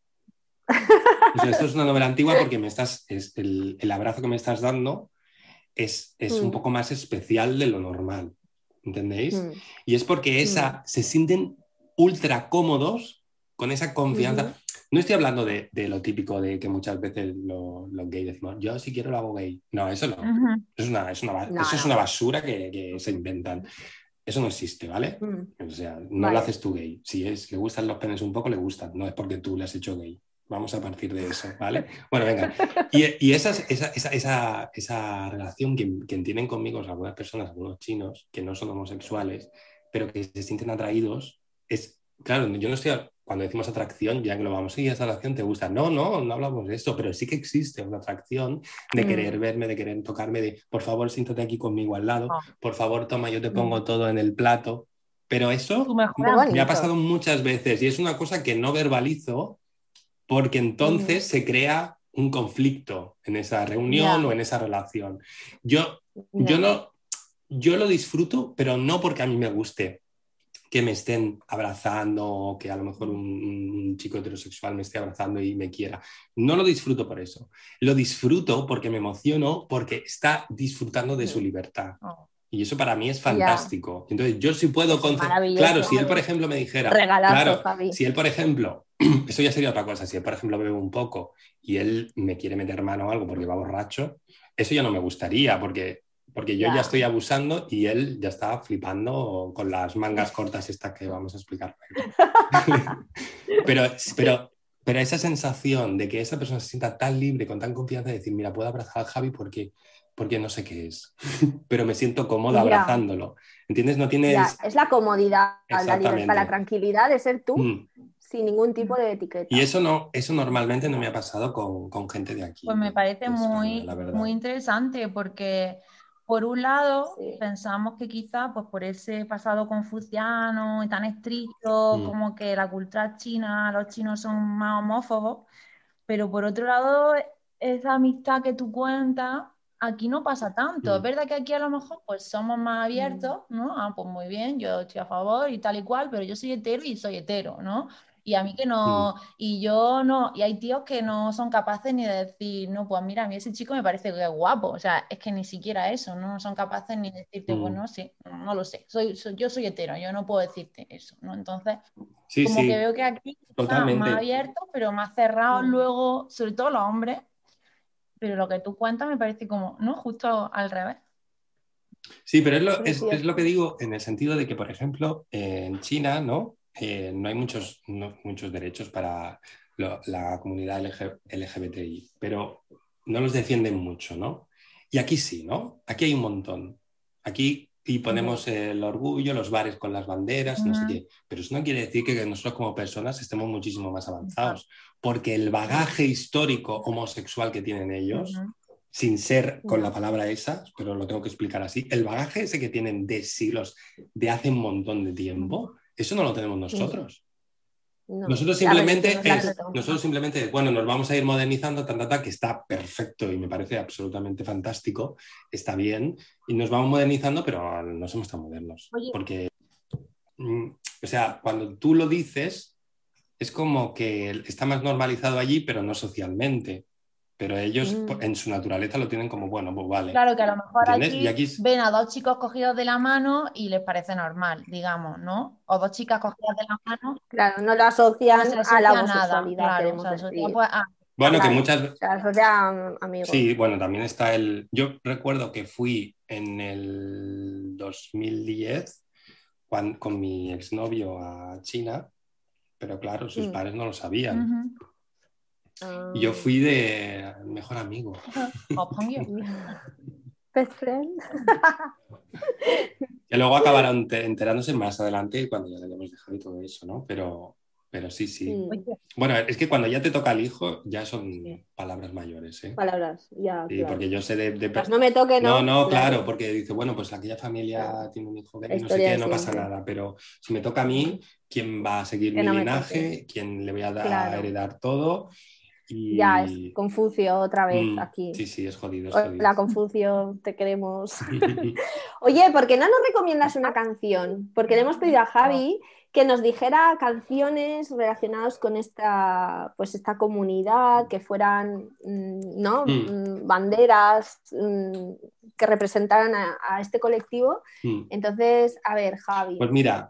O sea, esto es una novela antigua porque me estás, es el, el abrazo que me estás dando es, es mm. un poco más especial de lo normal, ¿entendéis? Mm. Y es porque esa, mm. se sienten ultra cómodos con esa confianza. Uh-huh. No estoy hablando de, de lo típico de que muchas veces los lo gays decimos, yo si quiero lo hago gay. No, eso no. Uh-huh. Es una, es una, no, eso no. es una basura que, que se inventan. Eso no existe, ¿vale? Mm. O sea, no vale. Lo haces tú gay. Si es, le gustan los penes un poco, le gustan. No es porque tú le has hecho gay. Vamos a partir de eso, ¿vale? Bueno, venga. Y, y esa, esa, esa, esa, esa relación que, que tienen conmigo algunas personas, algunos chinos, que no son homosexuales, pero que se sienten atraídos, es, claro, yo no estoy, cuando decimos atracción, ya que lo vamos, sí, esa atracción te gusta. No, no, no hablamos de esto, pero sí que existe una atracción de mm. querer verme, de querer tocarme, de, por favor, siéntate aquí conmigo al lado, oh. por favor, toma, yo te pongo mm. todo en el plato. Pero eso me ha pasado muchas veces y es una cosa que no verbalizo, porque entonces mm. se crea un conflicto en esa reunión yeah. o en esa relación. Yo, yeah. yo, no, yo lo disfruto, pero no porque a mí me guste que me estén abrazando o que a lo mejor un, un chico heterosexual me esté abrazando y me quiera. No lo disfruto por eso. Lo disfruto porque me emociono, porque está disfrutando de su libertad. Oh. Y eso para mí es fantástico. Yeah. Entonces yo sí puedo... Conce- claro, si él, por ejemplo, me dijera... Regalazo, claro, Javi. Si él, por ejemplo... Eso ya sería otra cosa. Si él, por ejemplo, bebe un poco y él me quiere meter mano o algo porque va borracho, eso ya no me gustaría porque, porque yo yeah. ya estoy abusando y él ya está flipando con las mangas cortas estas que vamos a explicar. pero, pero, pero esa sensación de que esa persona se sienta tan libre, con tan confianza de decir, mira, puedo abrazar a Javi porque... porque no sé qué es, pero me siento cómoda yeah. abrazándolo. ¿Entiendes? No tienes... Yeah. Es la comodidad, la libertad, la tranquilidad de ser tú mm. sin ningún tipo de etiqueta. Y eso no, eso normalmente no me ha pasado con, con gente de aquí. Pues me parece muy, España, muy interesante porque, por un lado, sí. pensamos que quizá pues, por ese pasado confuciano y tan estricto, mm. como que la cultura china, los chinos son más homófobos, pero por otro lado, esa amistad que tú cuentas... Aquí no pasa tanto, mm. es verdad que aquí a lo mejor pues somos más abiertos, ¿no? Ah, pues muy bien, yo estoy a favor y tal y cual, pero yo soy hetero y soy hetero, ¿no? Y a mí que no, mm. y yo no, y hay tíos que no son capaces ni de decir, no, pues mira, a mí ese chico me parece que es guapo, o sea, es que ni siquiera eso, no son capaces ni de decirte, mm. pues no sé, no, no lo sé, soy, soy, yo soy hetero, yo no puedo decirte eso, ¿no? Entonces, sí, como sí. que veo que aquí están más abiertos, pero más cerrados mm. luego, sobre todo los hombres. Pero lo que tú cuentas me parece como, ¿no? Justo al revés. Sí, pero es lo, es, es lo que digo en el sentido de que, por ejemplo, eh, en China, ¿no? Eh, no hay muchos, no, muchos derechos para lo, la comunidad L G B T I, pero no los defienden mucho, ¿no? Y aquí sí, ¿no? Aquí hay un montón. Aquí y ponemos el orgullo, los bares con las banderas, uh-huh. no sé qué. Pero eso no quiere decir que nosotros como personas estemos muchísimo más avanzados, porque el bagaje histórico homosexual que tienen ellos, uh-huh. sin ser con la palabra esa, pero lo tengo que explicar así, el bagaje ese que tienen de siglos, de hace un montón de tiempo, eso no lo tenemos nosotros. No, nosotros simplemente es, nosotros simplemente, bueno, nos vamos a ir modernizando, tan, tan, tan, que está perfecto y me parece absolutamente fantástico, está bien, y nos vamos modernizando, pero no somos tan modernos. Oye. Porque, o sea, cuando tú lo dices, es como que está más normalizado allí, pero no socialmente. Pero ellos mm. en su naturaleza lo tienen como, bueno, pues vale. Claro que a lo mejor aquí, aquí ven a dos chicos cogidos de la mano y les parece normal, digamos, ¿no? O dos chicas cogidas de la mano. Claro, no lo asocian, no asocia a la homosexualidad, nada, claro, queremos o sea, decir. Pues, ah, bueno, claro, que muchas... O sea, asocia amigos. Sí, bueno, también está el... Yo recuerdo que fui en el dos mil diez cuando, con mi exnovio a China, pero claro, sus mm. padres no lo sabían. Uh-huh. Y yo fui de mejor amigo. Best friend. Que luego acabaron enterándose más adelante cuando ya le habíamos dejado y todo eso, ¿no? Pero, pero sí, sí. sí. Bueno, es que cuando ya te toca el hijo, ya son sí. palabras mayores, ¿eh? Palabras, ya. Sí, claro. porque yo sé de... de... Pues no me toque, ¿no? No, no, claro, claro porque dice, bueno, pues aquella familia claro. tiene un hijo que no sé qué, no pasa nada. Pero si me toca a mí, ¿quién va a seguir que mi no linaje? ¿Quién le voy a dar, claro. a heredar todo? Y... Ya, es Confucio otra vez mm, aquí. Sí, sí, es jodido. Es jodido. Hola, Confucio, te queremos. Oye, ¿por qué no nos recomiendas una canción? Porque le hemos pedido a Javi que nos dijera canciones relacionadas con esta, pues esta comunidad, que fueran, ¿no? Mm. banderas que representaran a, a este colectivo. Mm. Entonces, a ver, Javi. Pues mira.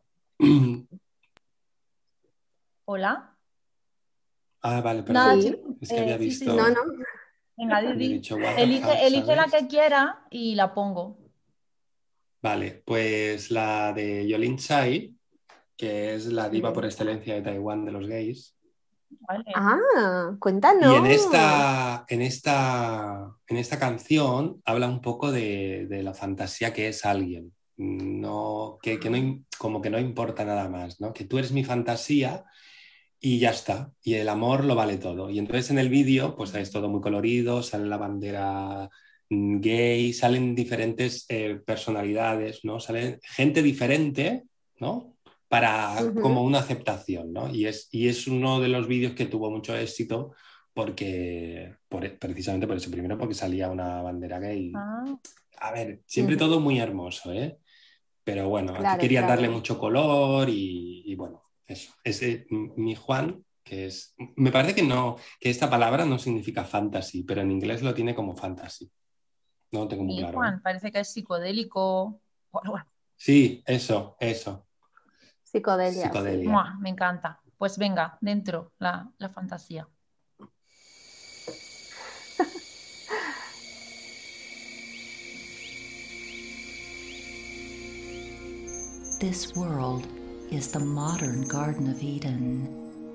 Hola. Ah, vale, perdón. Nada, Sí. chicos, Es que eh, había sí, visto. sí, sí. No, no. Venga, di, Había di. dicho what the Elige, fuck, elige la ¿sabes? que quiera y la pongo. Vale, pues la de Yolin Tsai, que es la diva Sí. por excelencia de Taiwán de los gays. Vale. Ah, cuéntanos. Y en esta, en esta, en esta canción habla un poco de, de la fantasía que es alguien. No, que, que no, como que no importa nada más, ¿no? Que tú eres mi fantasía y ya está. Y el amor lo vale todo. Y entonces en el vídeo, pues es todo muy colorido, sale la bandera gay, salen diferentes eh, personalidades, ¿no? Sale gente diferente, ¿no? Para Uh-huh. como una aceptación, ¿no? Y es, y es uno de los vídeos que tuvo mucho éxito porque, por, precisamente por eso, primero porque salía una bandera gay. Ah. A ver, siempre Uh-huh. todo muy hermoso, ¿eh? Pero bueno, Claro, aquí querían claro. darle mucho color y, y bueno, eso. Ese, mi Juan, que es... Me parece que no, que esta palabra no significa fantasy, pero en inglés lo tiene como fantasy. No lo tengo muy Mi claro. Juan, ¿eh? parece que es psicodélico. Bueno, Sí, eso, eso. Psicodelia. Psicodelia. muah, me encanta. Pues venga, dentro la, la fantasía. This world is the modern Garden of Eden.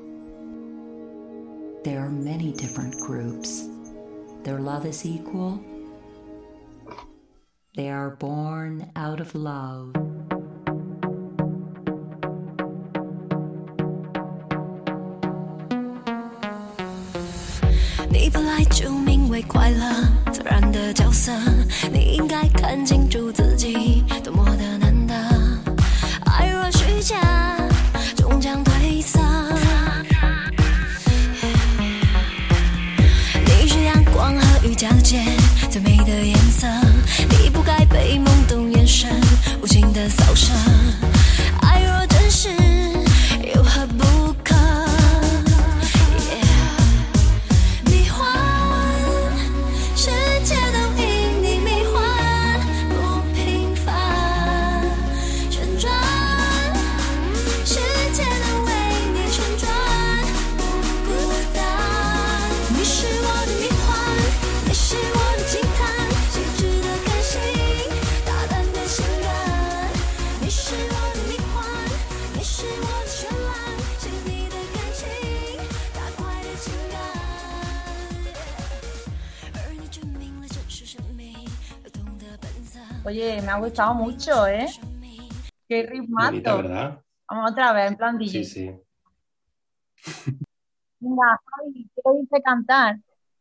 There are many different groups. Their love is equal. They are born out of love. 你本来就名为快乐，自然的角色，你应该看清楚自己多么的难得。爱若虚假，终将褪色。你是阳光和雨交界最美的颜色，你不该被懵懂眼神无情的扫射。爱若真实，有何不可？ Oye, me ha gustado mucho, ¿eh? Qué ritmazo. Bonita, ¿verdad? Vamos otra vez, en plan D J. Sí, sí. Venga, Javi, quiero irte cantar.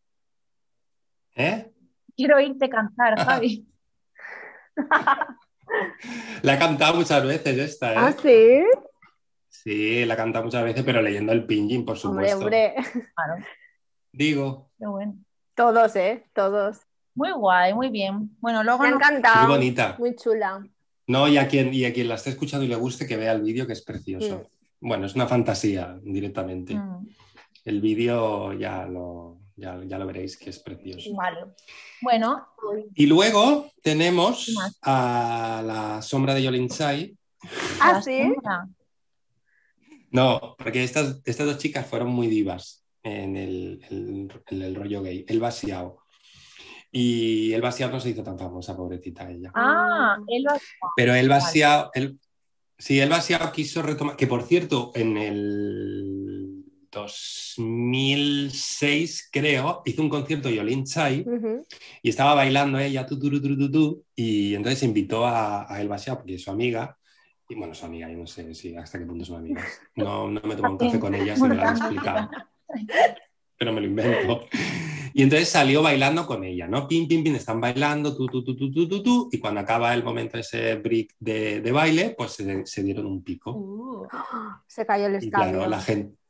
¿Eh? Quiero irte cantar, Javi. La he cantado muchas veces esta, ¿eh? ¿Ah, sí? Sí, la he cantado muchas veces, pero leyendo el pinyin, por Hombre, supuesto. hombre. Claro, Digo, qué bueno. Todos, ¿eh? Todos. Muy guay, muy bien. Bueno, luego Me ha nos... encantado. muy bonita. Muy chula. No, y a quien, y a quien la esté escuchando y le guste, que vea el vídeo, que es precioso. Mm. Bueno, es una fantasía directamente. Mm, El vídeo ya lo, ya, ya lo veréis, que es precioso. vale. Bueno, Y luego tenemos ¿Qué más? a la sombra de Yolin Tsai. ¿Ah, la sí? sombra. No, porque estas, estas dos chicas fueron muy divas en el, el, en el rollo gay. Elba Xiao. Y Elba Xiao no se hizo tan famosa, pobrecita ella. Ah, él lo... Pero Elba Vale. Xiao, el, sí, Elba Xiao quiso retomar, que por cierto, en el dos mil seis, creo, hizo un concierto Yolin Tsai Uh-huh. y estaba bailando ella, tu, tu, tu, tu, tu, tu, y entonces invitó a, a Elba Xiao, porque es su amiga, y bueno, su amiga, yo no sé si hasta qué punto son amigas. No, no me tomo un café con ella, si me lo han explicado, pero me lo invento. Y entonces salió bailando con ella, ¿no? Pim, pim, pim, están bailando, tú, tú, tú, tú, tú, tú, tú, y cuando acaba el momento ese break de, de baile, pues se, se dieron un pico. Uh, Se cayó el Y escabio. claro, la gente,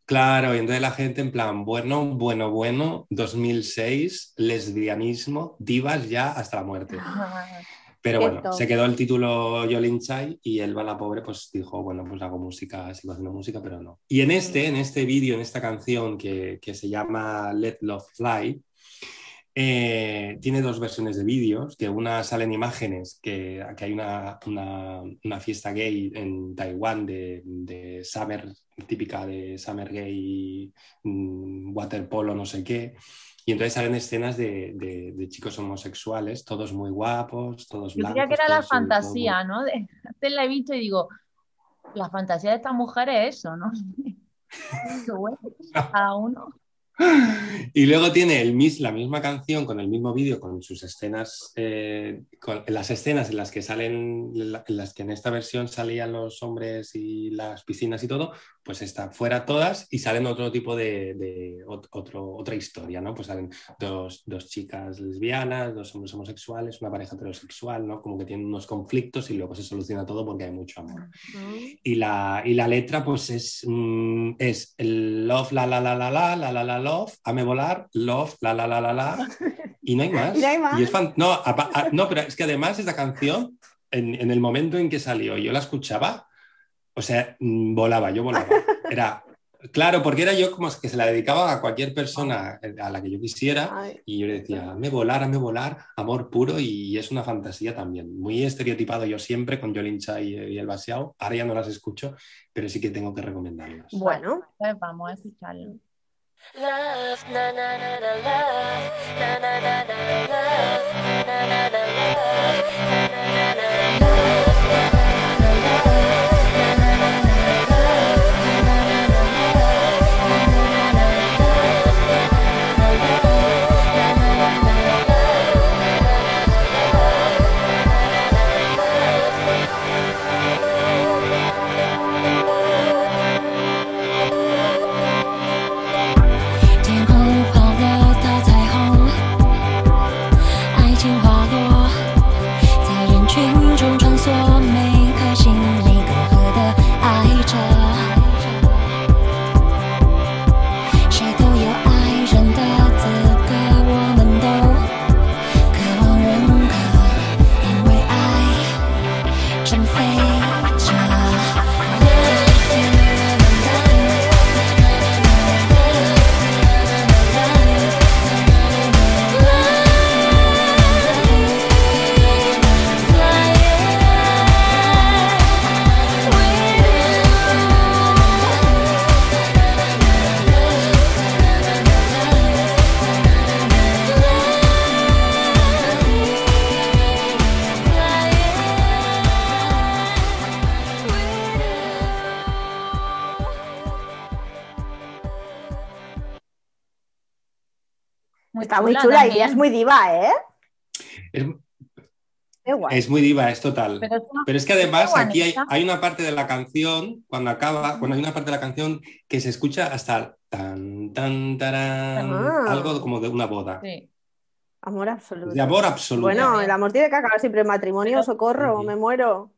Claro, y entonces la gente en plan, bueno, bueno, bueno, dos mil seis, lesbianismo, divas ya hasta la muerte. Pero Qué bueno, top. se quedó el título Jolin Chai y Elba la pobre pues dijo, bueno, pues hago música, sigo haciendo música, pero no. Y en este, en este vídeo, en esta canción que, que se llama Let Love Fly, eh, tiene dos versiones de vídeos, que una salen imágenes, que, que hay una, una, una fiesta gay en Taiwán de, de Summer, típica de Summer Gay, mm, waterpolo, no sé qué. Y entonces salen escenas de, de, de chicos homosexuales, todos muy guapos, todos Yo blancos. creía que era la todos, todo muy- fantasía, ¿no? De- Antes la he visto y digo, la fantasía de estas mujeres es eso, ¿no? Qué bueno, cada uno. Y luego tiene el mis, la misma canción con el mismo vídeo, con sus escenas, eh, con las escenas en las que salen, en las que en esta versión salían los hombres y las piscinas y todo, pues está fuera todas y salen otro tipo de, de ot- otro, otra historia, ¿no? Pues salen dos, dos chicas lesbianas, dos hombres homosexuales, una pareja heterosexual, ¿no? Como que tienen unos conflictos y luego se soluciona todo porque hay mucho amor. Y la, y la letra, pues es, mm, es el love, la, la, la, la, la, la, la, la, love, ame volar, love, la, la, la, la, la, y no hay más. ¿Y no hay más? Y es fan- no, apa- a- no, pero es que además esta canción, en, en el momento en que salió, yo la escuchaba, o sea, mm, volaba, yo volaba. Era, claro, porque era yo como que se la dedicaba a cualquier persona a la que yo quisiera. Ay, Y yo le decía, hazme volar, hazme volar, amor puro, y es una fantasía también. Muy estereotipado yo siempre con Jolin Chai y el Basiao. Ahora ya no las escucho, pero sí que tengo que recomendarlas. bueno, Pues vamos a escucharlo. Love, na na na na love, na na na na love, na na na na love, na na na na love.天空划了道彩虹，爱情滑落，在人群中穿梭，每颗心里隔阂的爱着。谁都有爱人的资格，我们都渴望认可，因为爱正飞着。 Muy está muy chula y también. es muy diva, ¿eh? Es, Qué guay. es muy diva, es total. Pero es una- Pero es que además Qué aquí hay, bonita. hay una parte de la canción, cuando acaba, bueno, hay una parte de la canción que se escucha hasta tan, tan, tarán, Ah. algo como de una boda. Sí. Amor absoluto. De amor absoluto. Bueno, el amor tiene que acabar siempre en matrimonio, Pero- socorro, Sí. me muero.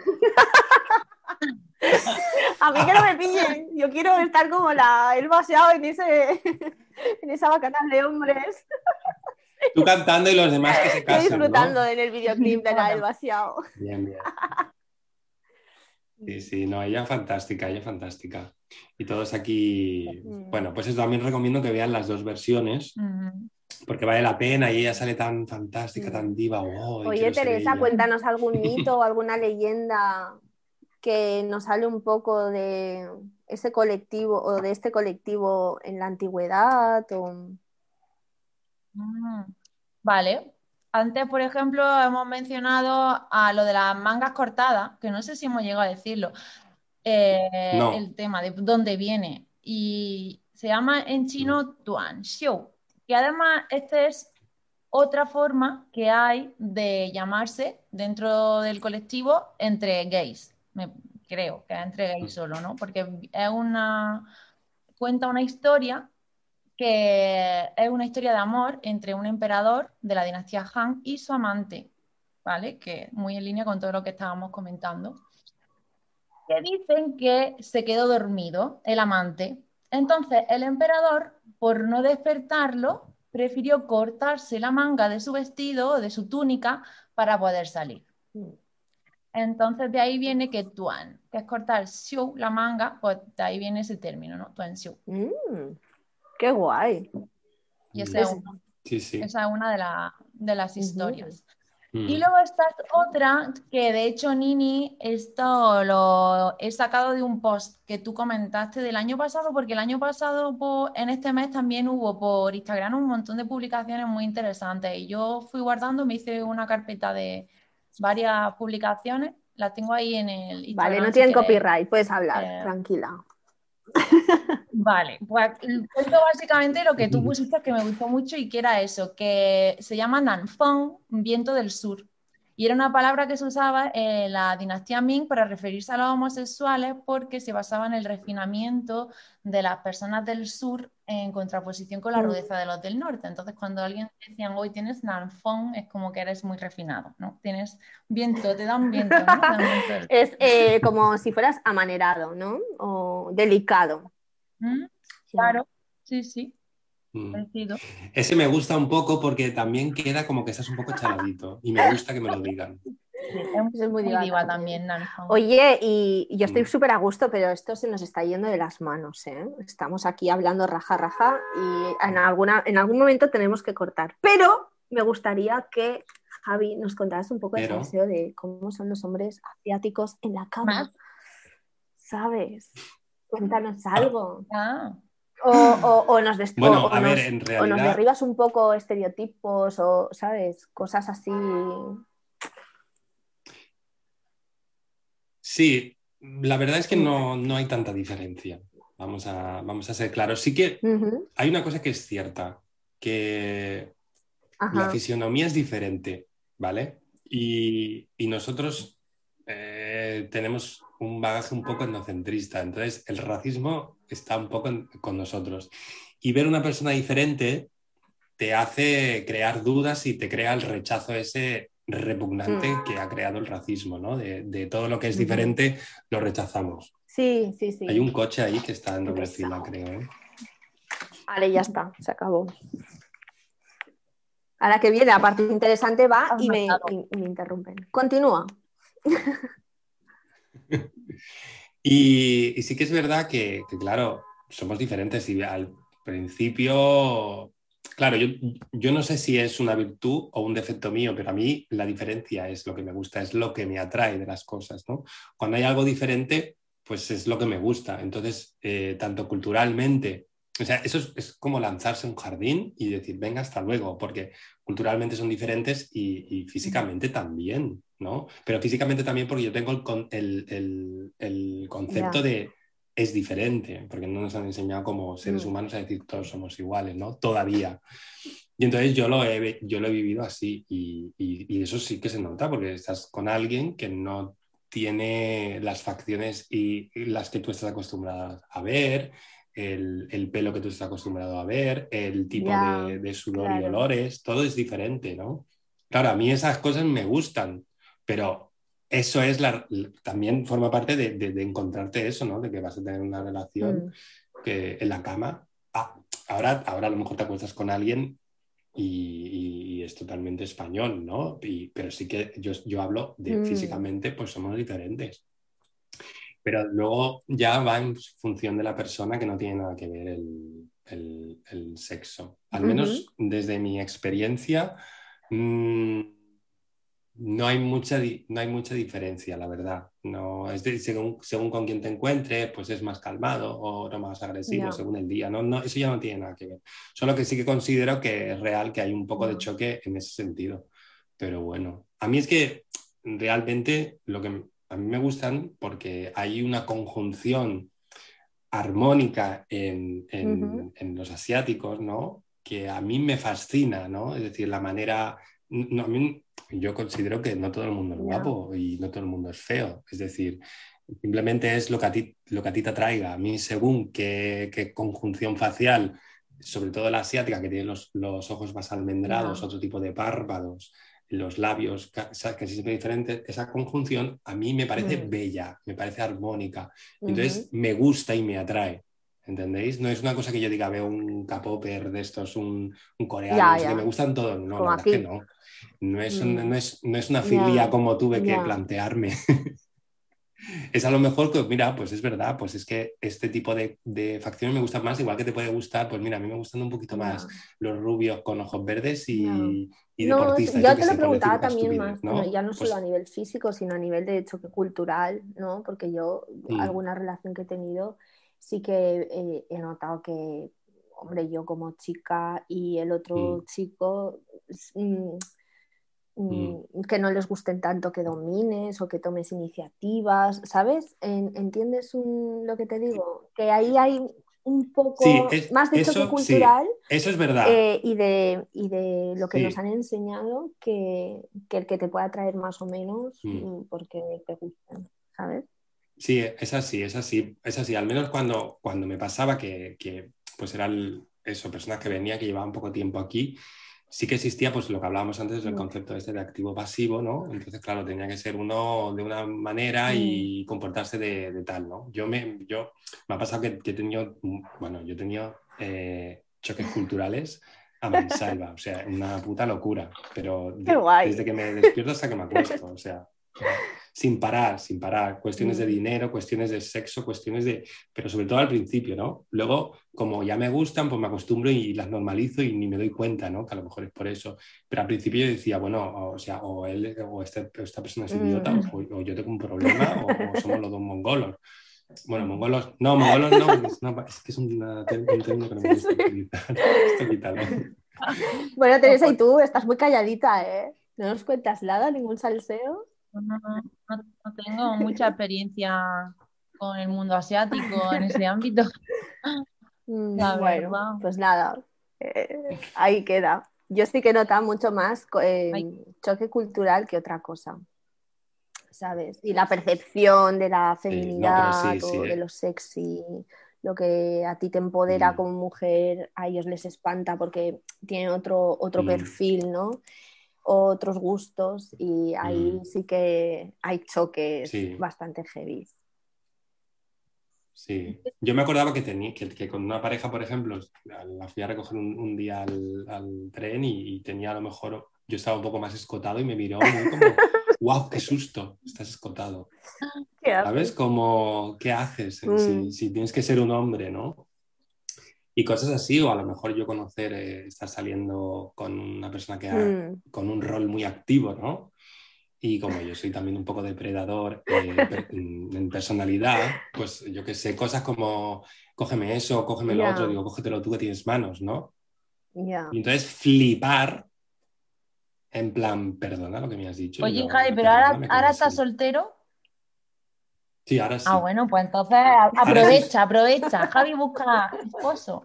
A mí que no me pillen, yo quiero estar como la el vaciado en ese en esa bacanal de hombres. Tú cantando y los demás que se Estoy casan, disfrutando ¿no? en el videoclip de la el vaciado. Bien, bien. Sí, sí, no, ella fantástica, ella fantástica. Y todos aquí, Mm. bueno, pues eso también recomiendo que vean las dos versiones, Ujú. porque vale la pena y ella sale tan fantástica, Mm. tan diva. Oh, Oye, quiero ser Teresa, ella. cuéntanos algún mito o alguna leyenda que nos hable un poco de ese colectivo o de este colectivo en la antigüedad. O... Mm, Vale. Antes, por ejemplo, hemos mencionado a lo de las mangas cortadas, que no sé si hemos llegado a decirlo, eh, No. el tema de dónde viene. Y se llama en chino Tuan Xiu. Y además, esta es otra forma que hay de llamarse dentro del colectivo entre gays. Me, creo que es entre gays solo, ¿no? Porque es una, cuenta una historia que es una historia de amor entre un emperador de la dinastía Han y su amante, ¿vale? Que muy en línea con todo lo que estábamos comentando. Que dicen que se quedó dormido el amante Entonces el emperador, por no despertarlo, prefirió cortarse la manga de su vestido o de su túnica para poder salir. Entonces de ahí viene que tuan, que es cortar xiu, la manga, pues de ahí viene ese término, ¿no? Tuan xiu. Mm, qué guay. Y esa es Mm. una, Sí, sí. esa es una de, la- de las Ujú. historias. Mm. Y luego está otra que de hecho, Nini, esto lo he sacado de un post que tú comentaste del año pasado, porque el año pasado po- en este mes también hubo por Instagram un montón de publicaciones muy interesantes y yo fui guardando, me hice una carpeta de varias publicaciones, las tengo ahí en el Instagram. Vale, no si tienen queréis. copyright, puedes hablar, Eh, tranquila. Vale, pues cuento básicamente lo que tú pusiste que me gustó mucho y que era eso, que se llama Nanfeng, viento del sur. Y era una palabra que se usaba en la dinastía Ming para referirse a los homosexuales porque se basaba en el refinamiento de las personas del sur en contraposición con la Mm. rudeza de los del norte. Entonces, cuando alguien decían, hoy tienes Nanfeng, es como que eres muy refinado, ¿no? Tienes viento, te dan viento, ¿no? Te dan viento del sur. Es eh, como si fueras amanerado, ¿no? O delicado. ¿Mm? Claro, sí, sí, Mm. parecido. Ese me gusta un poco porque también queda como que estás un poco chaladito y me gusta que me lo digan. Sí, es Eso es muy muy diva diva también. también, Nanfeng. Oye, y y yo estoy Mm. súper a gusto, pero esto se nos está yendo de las manos, ¿eh? Estamos aquí hablando raja, raja y en, alguna, en algún momento tenemos que cortar. Pero me gustaría que, Javi, nos contaras un poco de Pero- salseo de cómo son los hombres asiáticos en la cama. ¿Más? ¿Sabes? Cuéntanos algo. Ah, O, o- o nos, des- Bueno, o- o a ver, nos- en o nos realidad- derribas un poco estereotipos o, ¿sabes? Cosas así. Sí, la verdad es que no, no hay tanta diferencia. Vamos a, vamos a ser claros. Sí que Ujú. hay una cosa que es cierta, que la Ajá. fisionomía es diferente, ¿vale? Y, y nosotros eh, tenemos un bagaje un poco etnocentrista, entonces el racismo está un poco en- con nosotros. Y ver una persona diferente te hace crear dudas y te crea el rechazo ese repugnante Mm. que ha creado el racismo, ¿no? De, de todo lo que es Ujú. diferente lo rechazamos. Sí, sí, sí. Hay un coche ahí que está en doble Pesado. fila, creo, ¿eh? Vale, ya está, se acabó. Ahora que viene la parte interesante va Has y me, matado. y- y me interrumpen. Continúa. Y, y sí que es verdad que, que, claro, somos diferentes y al principio, claro, yo, yo no sé si es una virtud o un defecto mío, pero a mí la diferencia es lo que me gusta, es lo que me atrae de las cosas, ¿no? Cuando hay algo diferente, pues es lo que me gusta. Entonces, eh, tanto culturalmente, o sea, eso es, es como lanzarse a un jardín y decir, venga, hasta luego, porque culturalmente son diferentes y, y físicamente también, ¿no? Pero físicamente también porque yo tengo el, con- el, el- el concepto Ya. de es diferente, porque no nos han enseñado como seres Mm. humanos a decir todos somos iguales, ¿no? Todavía. Y entonces yo lo he, yo lo he vivido así y, y- y eso sí que se nota porque estás con alguien que no tiene las facciones y, y las que tú estás acostumbrado a ver, el, el pelo que tú estás acostumbrado a ver, el tipo Ya, de, de sudor y claro. olores, todo es diferente, ¿no? Claro, a mí esas cosas me gustan, pero eso es la, también forma parte de, de- de encontrarte eso, ¿no? De que vas a tener una relación Mm. que en la cama, ah, ahora, ahora a lo mejor te acuestas con alguien y, y es totalmente español, ¿no? Y- pero sí que yo, yo hablo de Mm. físicamente, pues somos diferentes. Pero luego ya va en función de la persona que no tiene nada que ver el, el- el sexo. Al menos desde mi experiencia, mm, no hay mucha, di- no hay mucha diferencia, la verdad. No, es de- según, según con quién te encuentres, pues es más calmado o no más agresivo Ya. según el día. No, no, eso ya no tiene nada que ver. Solo que sí que considero que es real que hay un poco de Ya. choque en ese sentido. Pero bueno, a mí es que realmente lo que a mí me gustan porque hay una conjunción armónica en, en- Ujú. en los asiáticos, ¿no? Que a mí me fascina, ¿no? Es decir, la manera... No, a mí- yo considero que no todo el mundo es Ya. guapo y no todo el mundo es feo. Es decir, simplemente es lo que a ti, lo que a ti te atraiga. A mí, según qué, qué conjunción facial, sobre todo la asiática, que tiene los, los ojos más almendrados, Ya. otro tipo de párpados, los labios ca- casi siempre diferentes, esa conjunción a mí me parece Mm. bella, me parece armónica. Ujú. Entonces me gusta y me atrae. ¿entendéis? No es una cosa que yo diga, veo un K-popper de estos, un, un coreano, Ya, no sé ya. qué, me gustan todos. No, Como la verdad es aquí. que no. No es, un- Mm. no es, no es una filia Ya, como tuve que ya. plantearme. Es a lo mejor que, mira, pues es verdad, pues es que este tipo de, de facciones me gustan más, igual que te puede gustar, pues mira, a mí me gustan un poquito más Ya, los rubios con ojos verdes ya. y, y No, es- deportistas, yo yo qué te lo sé, por decir preguntaba una también estupidez, más, no, ¿no? ya no solo a Pues, nivel físico, sino a nivel de choque cultural, ¿no? Porque yo, mm, alguna relación que he tenido, sí que eh, he notado que, hombre, yo como chica y el otro mm, chico, s- mm, mm. mm, que no les gusten tanto que domines o que tomes iniciativas, ¿sabes? En- ¿entiendes un- lo que te digo? Que ahí hay un Sí, poco es, más de choque eso sí, cultural eso es verdad, eh, y, de, y de lo que nos sí. han enseñado que, que el que te pueda traer más o menos Mm. mm, porque te gustan, ¿sabes? Sí, es así, es así, es así. Al menos cuando, cuando me pasaba que, que pues eran eso, personas que venían, que llevaban poco tiempo aquí, sí que existía pues lo que hablábamos antes del Mm. concepto este de activo pasivo, ¿no? Entonces, claro, tenía que ser uno de una manera y comportarse de, de tal, ¿no? Yo me, yo, me ha pasado que, que he tenido, bueno, yo he tenido eh, choques culturales a mansalva, o sea, una puta locura, pero Qué de- guay. desde que me despierto hasta que me acuesto, o sea, sin parar, sin parar, cuestiones de Mm. dinero, cuestiones de sexo, cuestiones de, pero sobre todo al principio, ¿no? Luego, como ya me gustan, pues me acostumbro y las normalizo y ni me doy cuenta, ¿no? Que a lo mejor es por eso. Pero al principio yo decía, bueno, o sea, o él o este- esta persona es idiota, Mm. o, o yo tengo un problema, o, o somos los dos mongolos. Bueno, mongolos, no, mongolos no, porque es, una- es que es una- un término que no me gusta utilizar. Esto quítalo. Bueno, Teresa, y tú estás muy calladita, ¿eh? ¿No nos cuentas nada, ningún salseo? No, no- no tengo mucha experiencia con el mundo asiático en ese ámbito, Mm, la Bueno, verdad. pues nada, eh, ahí queda. Yo sí que he notado mucho más co- eh, Ay, choque cultural que otra cosa, ¿sabes? Y la percepción de la Sí, no, pero feminidad sí, sí. o de eh. lo sexy, lo que a ti te empodera Mm, como mujer, a ellos les espanta porque tienen otro, otro mm, perfil, ¿no? Otros gustos y ahí mm. sí que hay choques Sí. bastante heavy. Sí, yo me acordaba que, tenía, que, que con una pareja, por ejemplo, la fui a recoger un, un día al, al tren y, y tenía a lo mejor, yo estaba un poco más escotado y me miró muy como, wow, qué susto, estás escotado. ¿Qué ¿Sabes? haces? Como, ¿qué haces Mm, si, si tienes que ser un hombre, ¿no? Y cosas así, o a lo mejor yo conocer, eh, estar saliendo con una persona que ha, mm, con un rol muy activo, ¿no? Y como yo soy también un poco depredador eh, per- en personalidad, pues yo que sé, cosas como cógeme eso, cógeme lo otro, ya, digo, cógetelo tú que tienes manos, ¿no? ya. Y entonces flipar en plan, perdona lo que me has dicho, y oye, yo, Javi, pero ahora, perdóname, como ahora estás así. soltero. Sí, ahora Ah, sí. bueno, pues entonces a- Ahora sí. aprovecha, aprovecha. Javi busca esposo.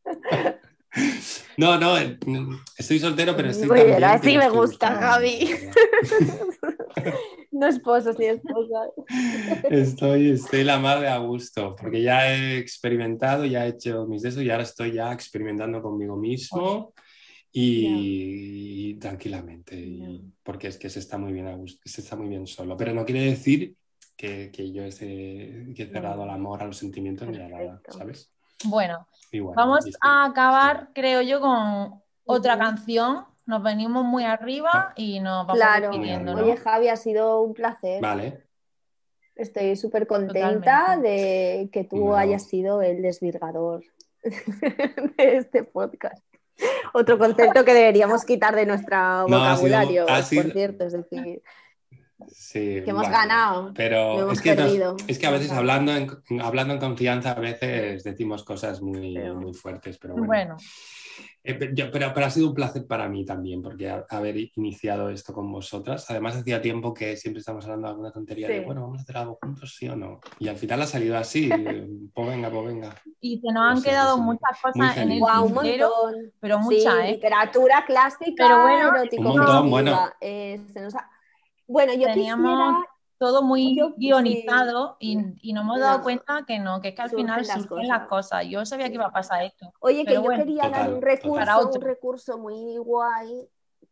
No, no, eh, estoy soltero, pero estoy Muy tan bien, bien que así no me estoy gusta, buscando nada, Javi. la verdad. No esposos ni esposas. Estoy, estoy la mar de a gusto, porque ya he experimentado, ya he hecho mis de eso y ahora estoy ya experimentando conmigo mismo Ya, y, y tranquilamente, ya. y- porque es que se está muy bien a gusto, se está muy bien solo, pero no quiere decir que, que yo esté, que he cerrado al Bueno, amor, a los sentimientos ni a nada, perfecto. ¿sabes? Bueno, Y bueno, vamos y estoy- a sí. acabar, creo yo, con otra Ujú. canción. Nos venimos muy arriba Va- y nos vamos Claro. Muy despidiendo, arriba. Oye, ¿no? Javi, ha sido un placer. Vale, Estoy súper contenta Totalmente. de que tú bueno, hayas sido el desvirgador de este podcast. Otro concepto que deberíamos quitar de nuestro no, ha sido, vocabulario, ha por sido, cierto. Es decir, sí, que hemos bueno, ganado, pero no hemos es que, nos- perdido. es que a Hemos veces ganado. hablando en, hablando en confianza, a veces decimos cosas muy, Pero- muy fuertes, pero bueno. Bueno, Eh, pe- yo- pero, pero ha sido un placer para mí también, porque ha- haber iniciado esto con vosotras. Además, hacía tiempo que siempre estamos hablando de alguna tontería de, Sí. bueno, vamos a hacer algo juntos, sí o no. Y al final ha salido así, eh, pues venga, pues venga. y se nos No han sé, quedado sí, muchas muy cosas en el feliz, Guau, muy un feliz. tintero, montón. pero Sí, muchas, ¿eh? literatura clásica, Pero bueno, erótico Un montón, festiva. bueno. Eh, se nos ha- Bueno, yo teníamos quisiera, todo muy yo sí, guionizado y, y nos hemos dado no, cuenta que no, que es que al final surgen las surgen las cosas. cosas. Yo sabía que Sí. iba a pasar esto, Oye, que pero yo bueno, quería dar un Total, total. para recurso, un otro. recurso muy guay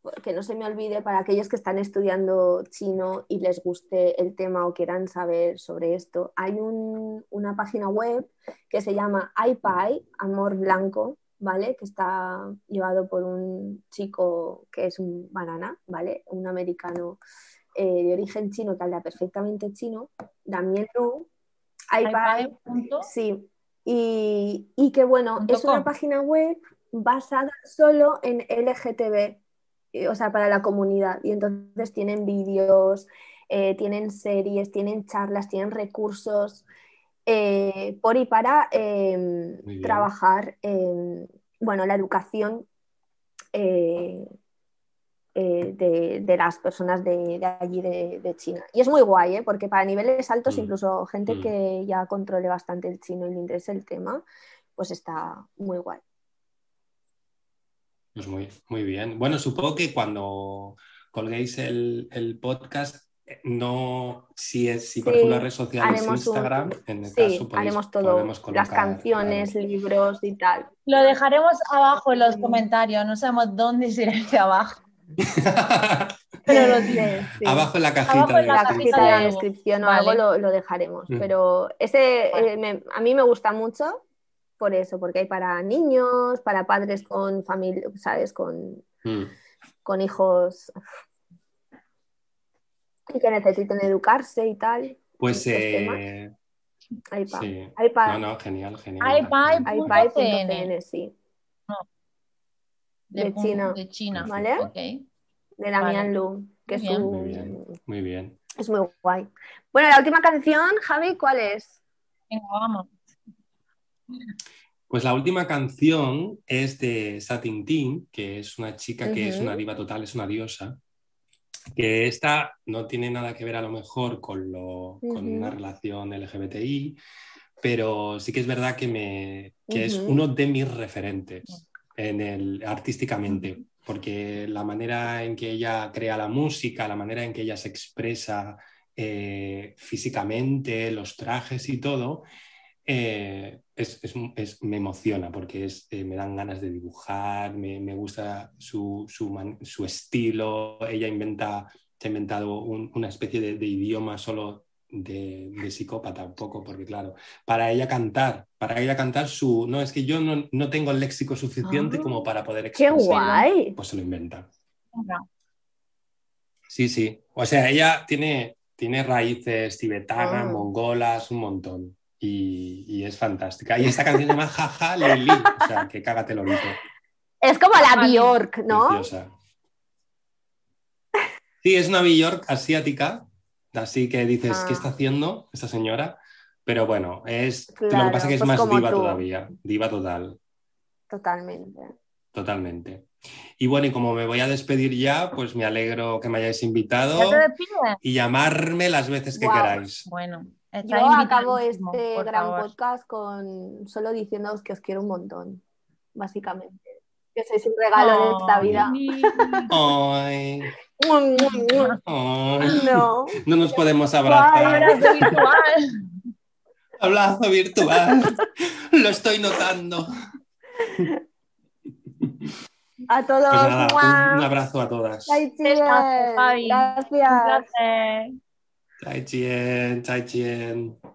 que no se me olvide, para aquellos que están estudiando chino y les guste el tema o quieran saber sobre esto, hay un, una página web que se llama iPie, Amor Blanco, ¿vale? Que está llevado por un chico que es un banana, ¿vale? Un americano eh, de origen chino que habla perfectamente chino, Damien Lu, iPie, sí, y, y que bueno, es una página web basada solo en L G T B, o sea, para la comunidad, y entonces tienen vídeos, eh, tienen series, tienen charlas, tienen recursos eh, por y para eh, trabajar en, bueno, la educación eh, eh, de, de las personas de, de allí de, de China. Y es muy guay, ¿eh? Porque para niveles altos, mm. incluso gente mm. que ya controle bastante el chino y le interese el tema, pues está muy guay. Pues muy, muy bien. Bueno, supongo que cuando colguéis el, el podcast, no, si es, si por sí, ejemplo la red social es Instagram, un, en el sí, caso podéis, haremos todo, colocar, las canciones, claro. libros y tal. Lo dejaremos abajo en los comentarios, no sabemos dónde será hacia abajo. Pero lo tienes, sí. Abajo en la cajita, abajo en de, la cajita de la descripción o vale. algo lo, lo dejaremos. Mm. Pero ese vale. eh, me, a mí me gusta mucho. Por eso, porque hay para niños, para padres con familia, ¿sabes? Con, mm. con hijos y que necesiten educarse y tal. Pues eh... iPad. Sí. iPad. No, no, genial, genial. iPad punto c n, sí. No. De, de China. De China. ¿Vale? Okay. De Damien vale. Lu. Que muy es, bien. un... muy bien, muy bien. Es muy guay. Bueno, la última canción, Javi, ¿cuál es? Venga, vamos. Pues la última canción es de Satin Tin, que es una chica que uh-huh. es una diva total, es una diosa, que esta no tiene nada que ver a lo mejor con, lo, uh-huh. con una relación L G B T I, pero sí que es verdad que, me, que uh-huh. es uno de mis referentes en el, artísticamente, porque la manera en que ella crea la música, la manera en que ella se expresa eh, físicamente, los trajes y todo, Eh, es, es, es, me emociona porque es, eh, me dan ganas de dibujar, me, me gusta su, su, man, su estilo. Ella inventa, se ha inventado un, una especie de, de idioma solo de, de psicópata un poco, porque claro, para ella cantar, para ella cantar su... No, es que yo no, no tengo el léxico suficiente oh, como para poder expresarlo. ¡Qué guay! Pues se lo inventa. Sí, sí. O sea, ella tiene, tiene raíces tibetanas, oh. mongolas, un montón. Y, y es fantástica. Y esta canción se llama Jaja Lili, o sea, que cágate lorito. Es como la Björk, ¿no? Preciosa. Sí, es una Björk asiática, así que dices, ah. ¿qué está haciendo esta señora? Pero bueno, es claro, lo que pasa es que es pues más diva tú. todavía, diva total. Totalmente. Totalmente. Y bueno, y como me voy a despedir ya, pues me alegro que me hayáis invitado y llamarme las veces que wow. queráis. Bueno. Yo acabo este gran favor. podcast con solo diciéndoos que os quiero un montón, básicamente. Que sois un regalo oh, de esta vida. Ay. Ay. No. No nos podemos abrazar. Abrazo virtual. Abrazo virtual. Lo estoy notando. A todos. Pues nada, un, un abrazo a todas. Gracias. Gracias. Zai Chien, Zai Chien.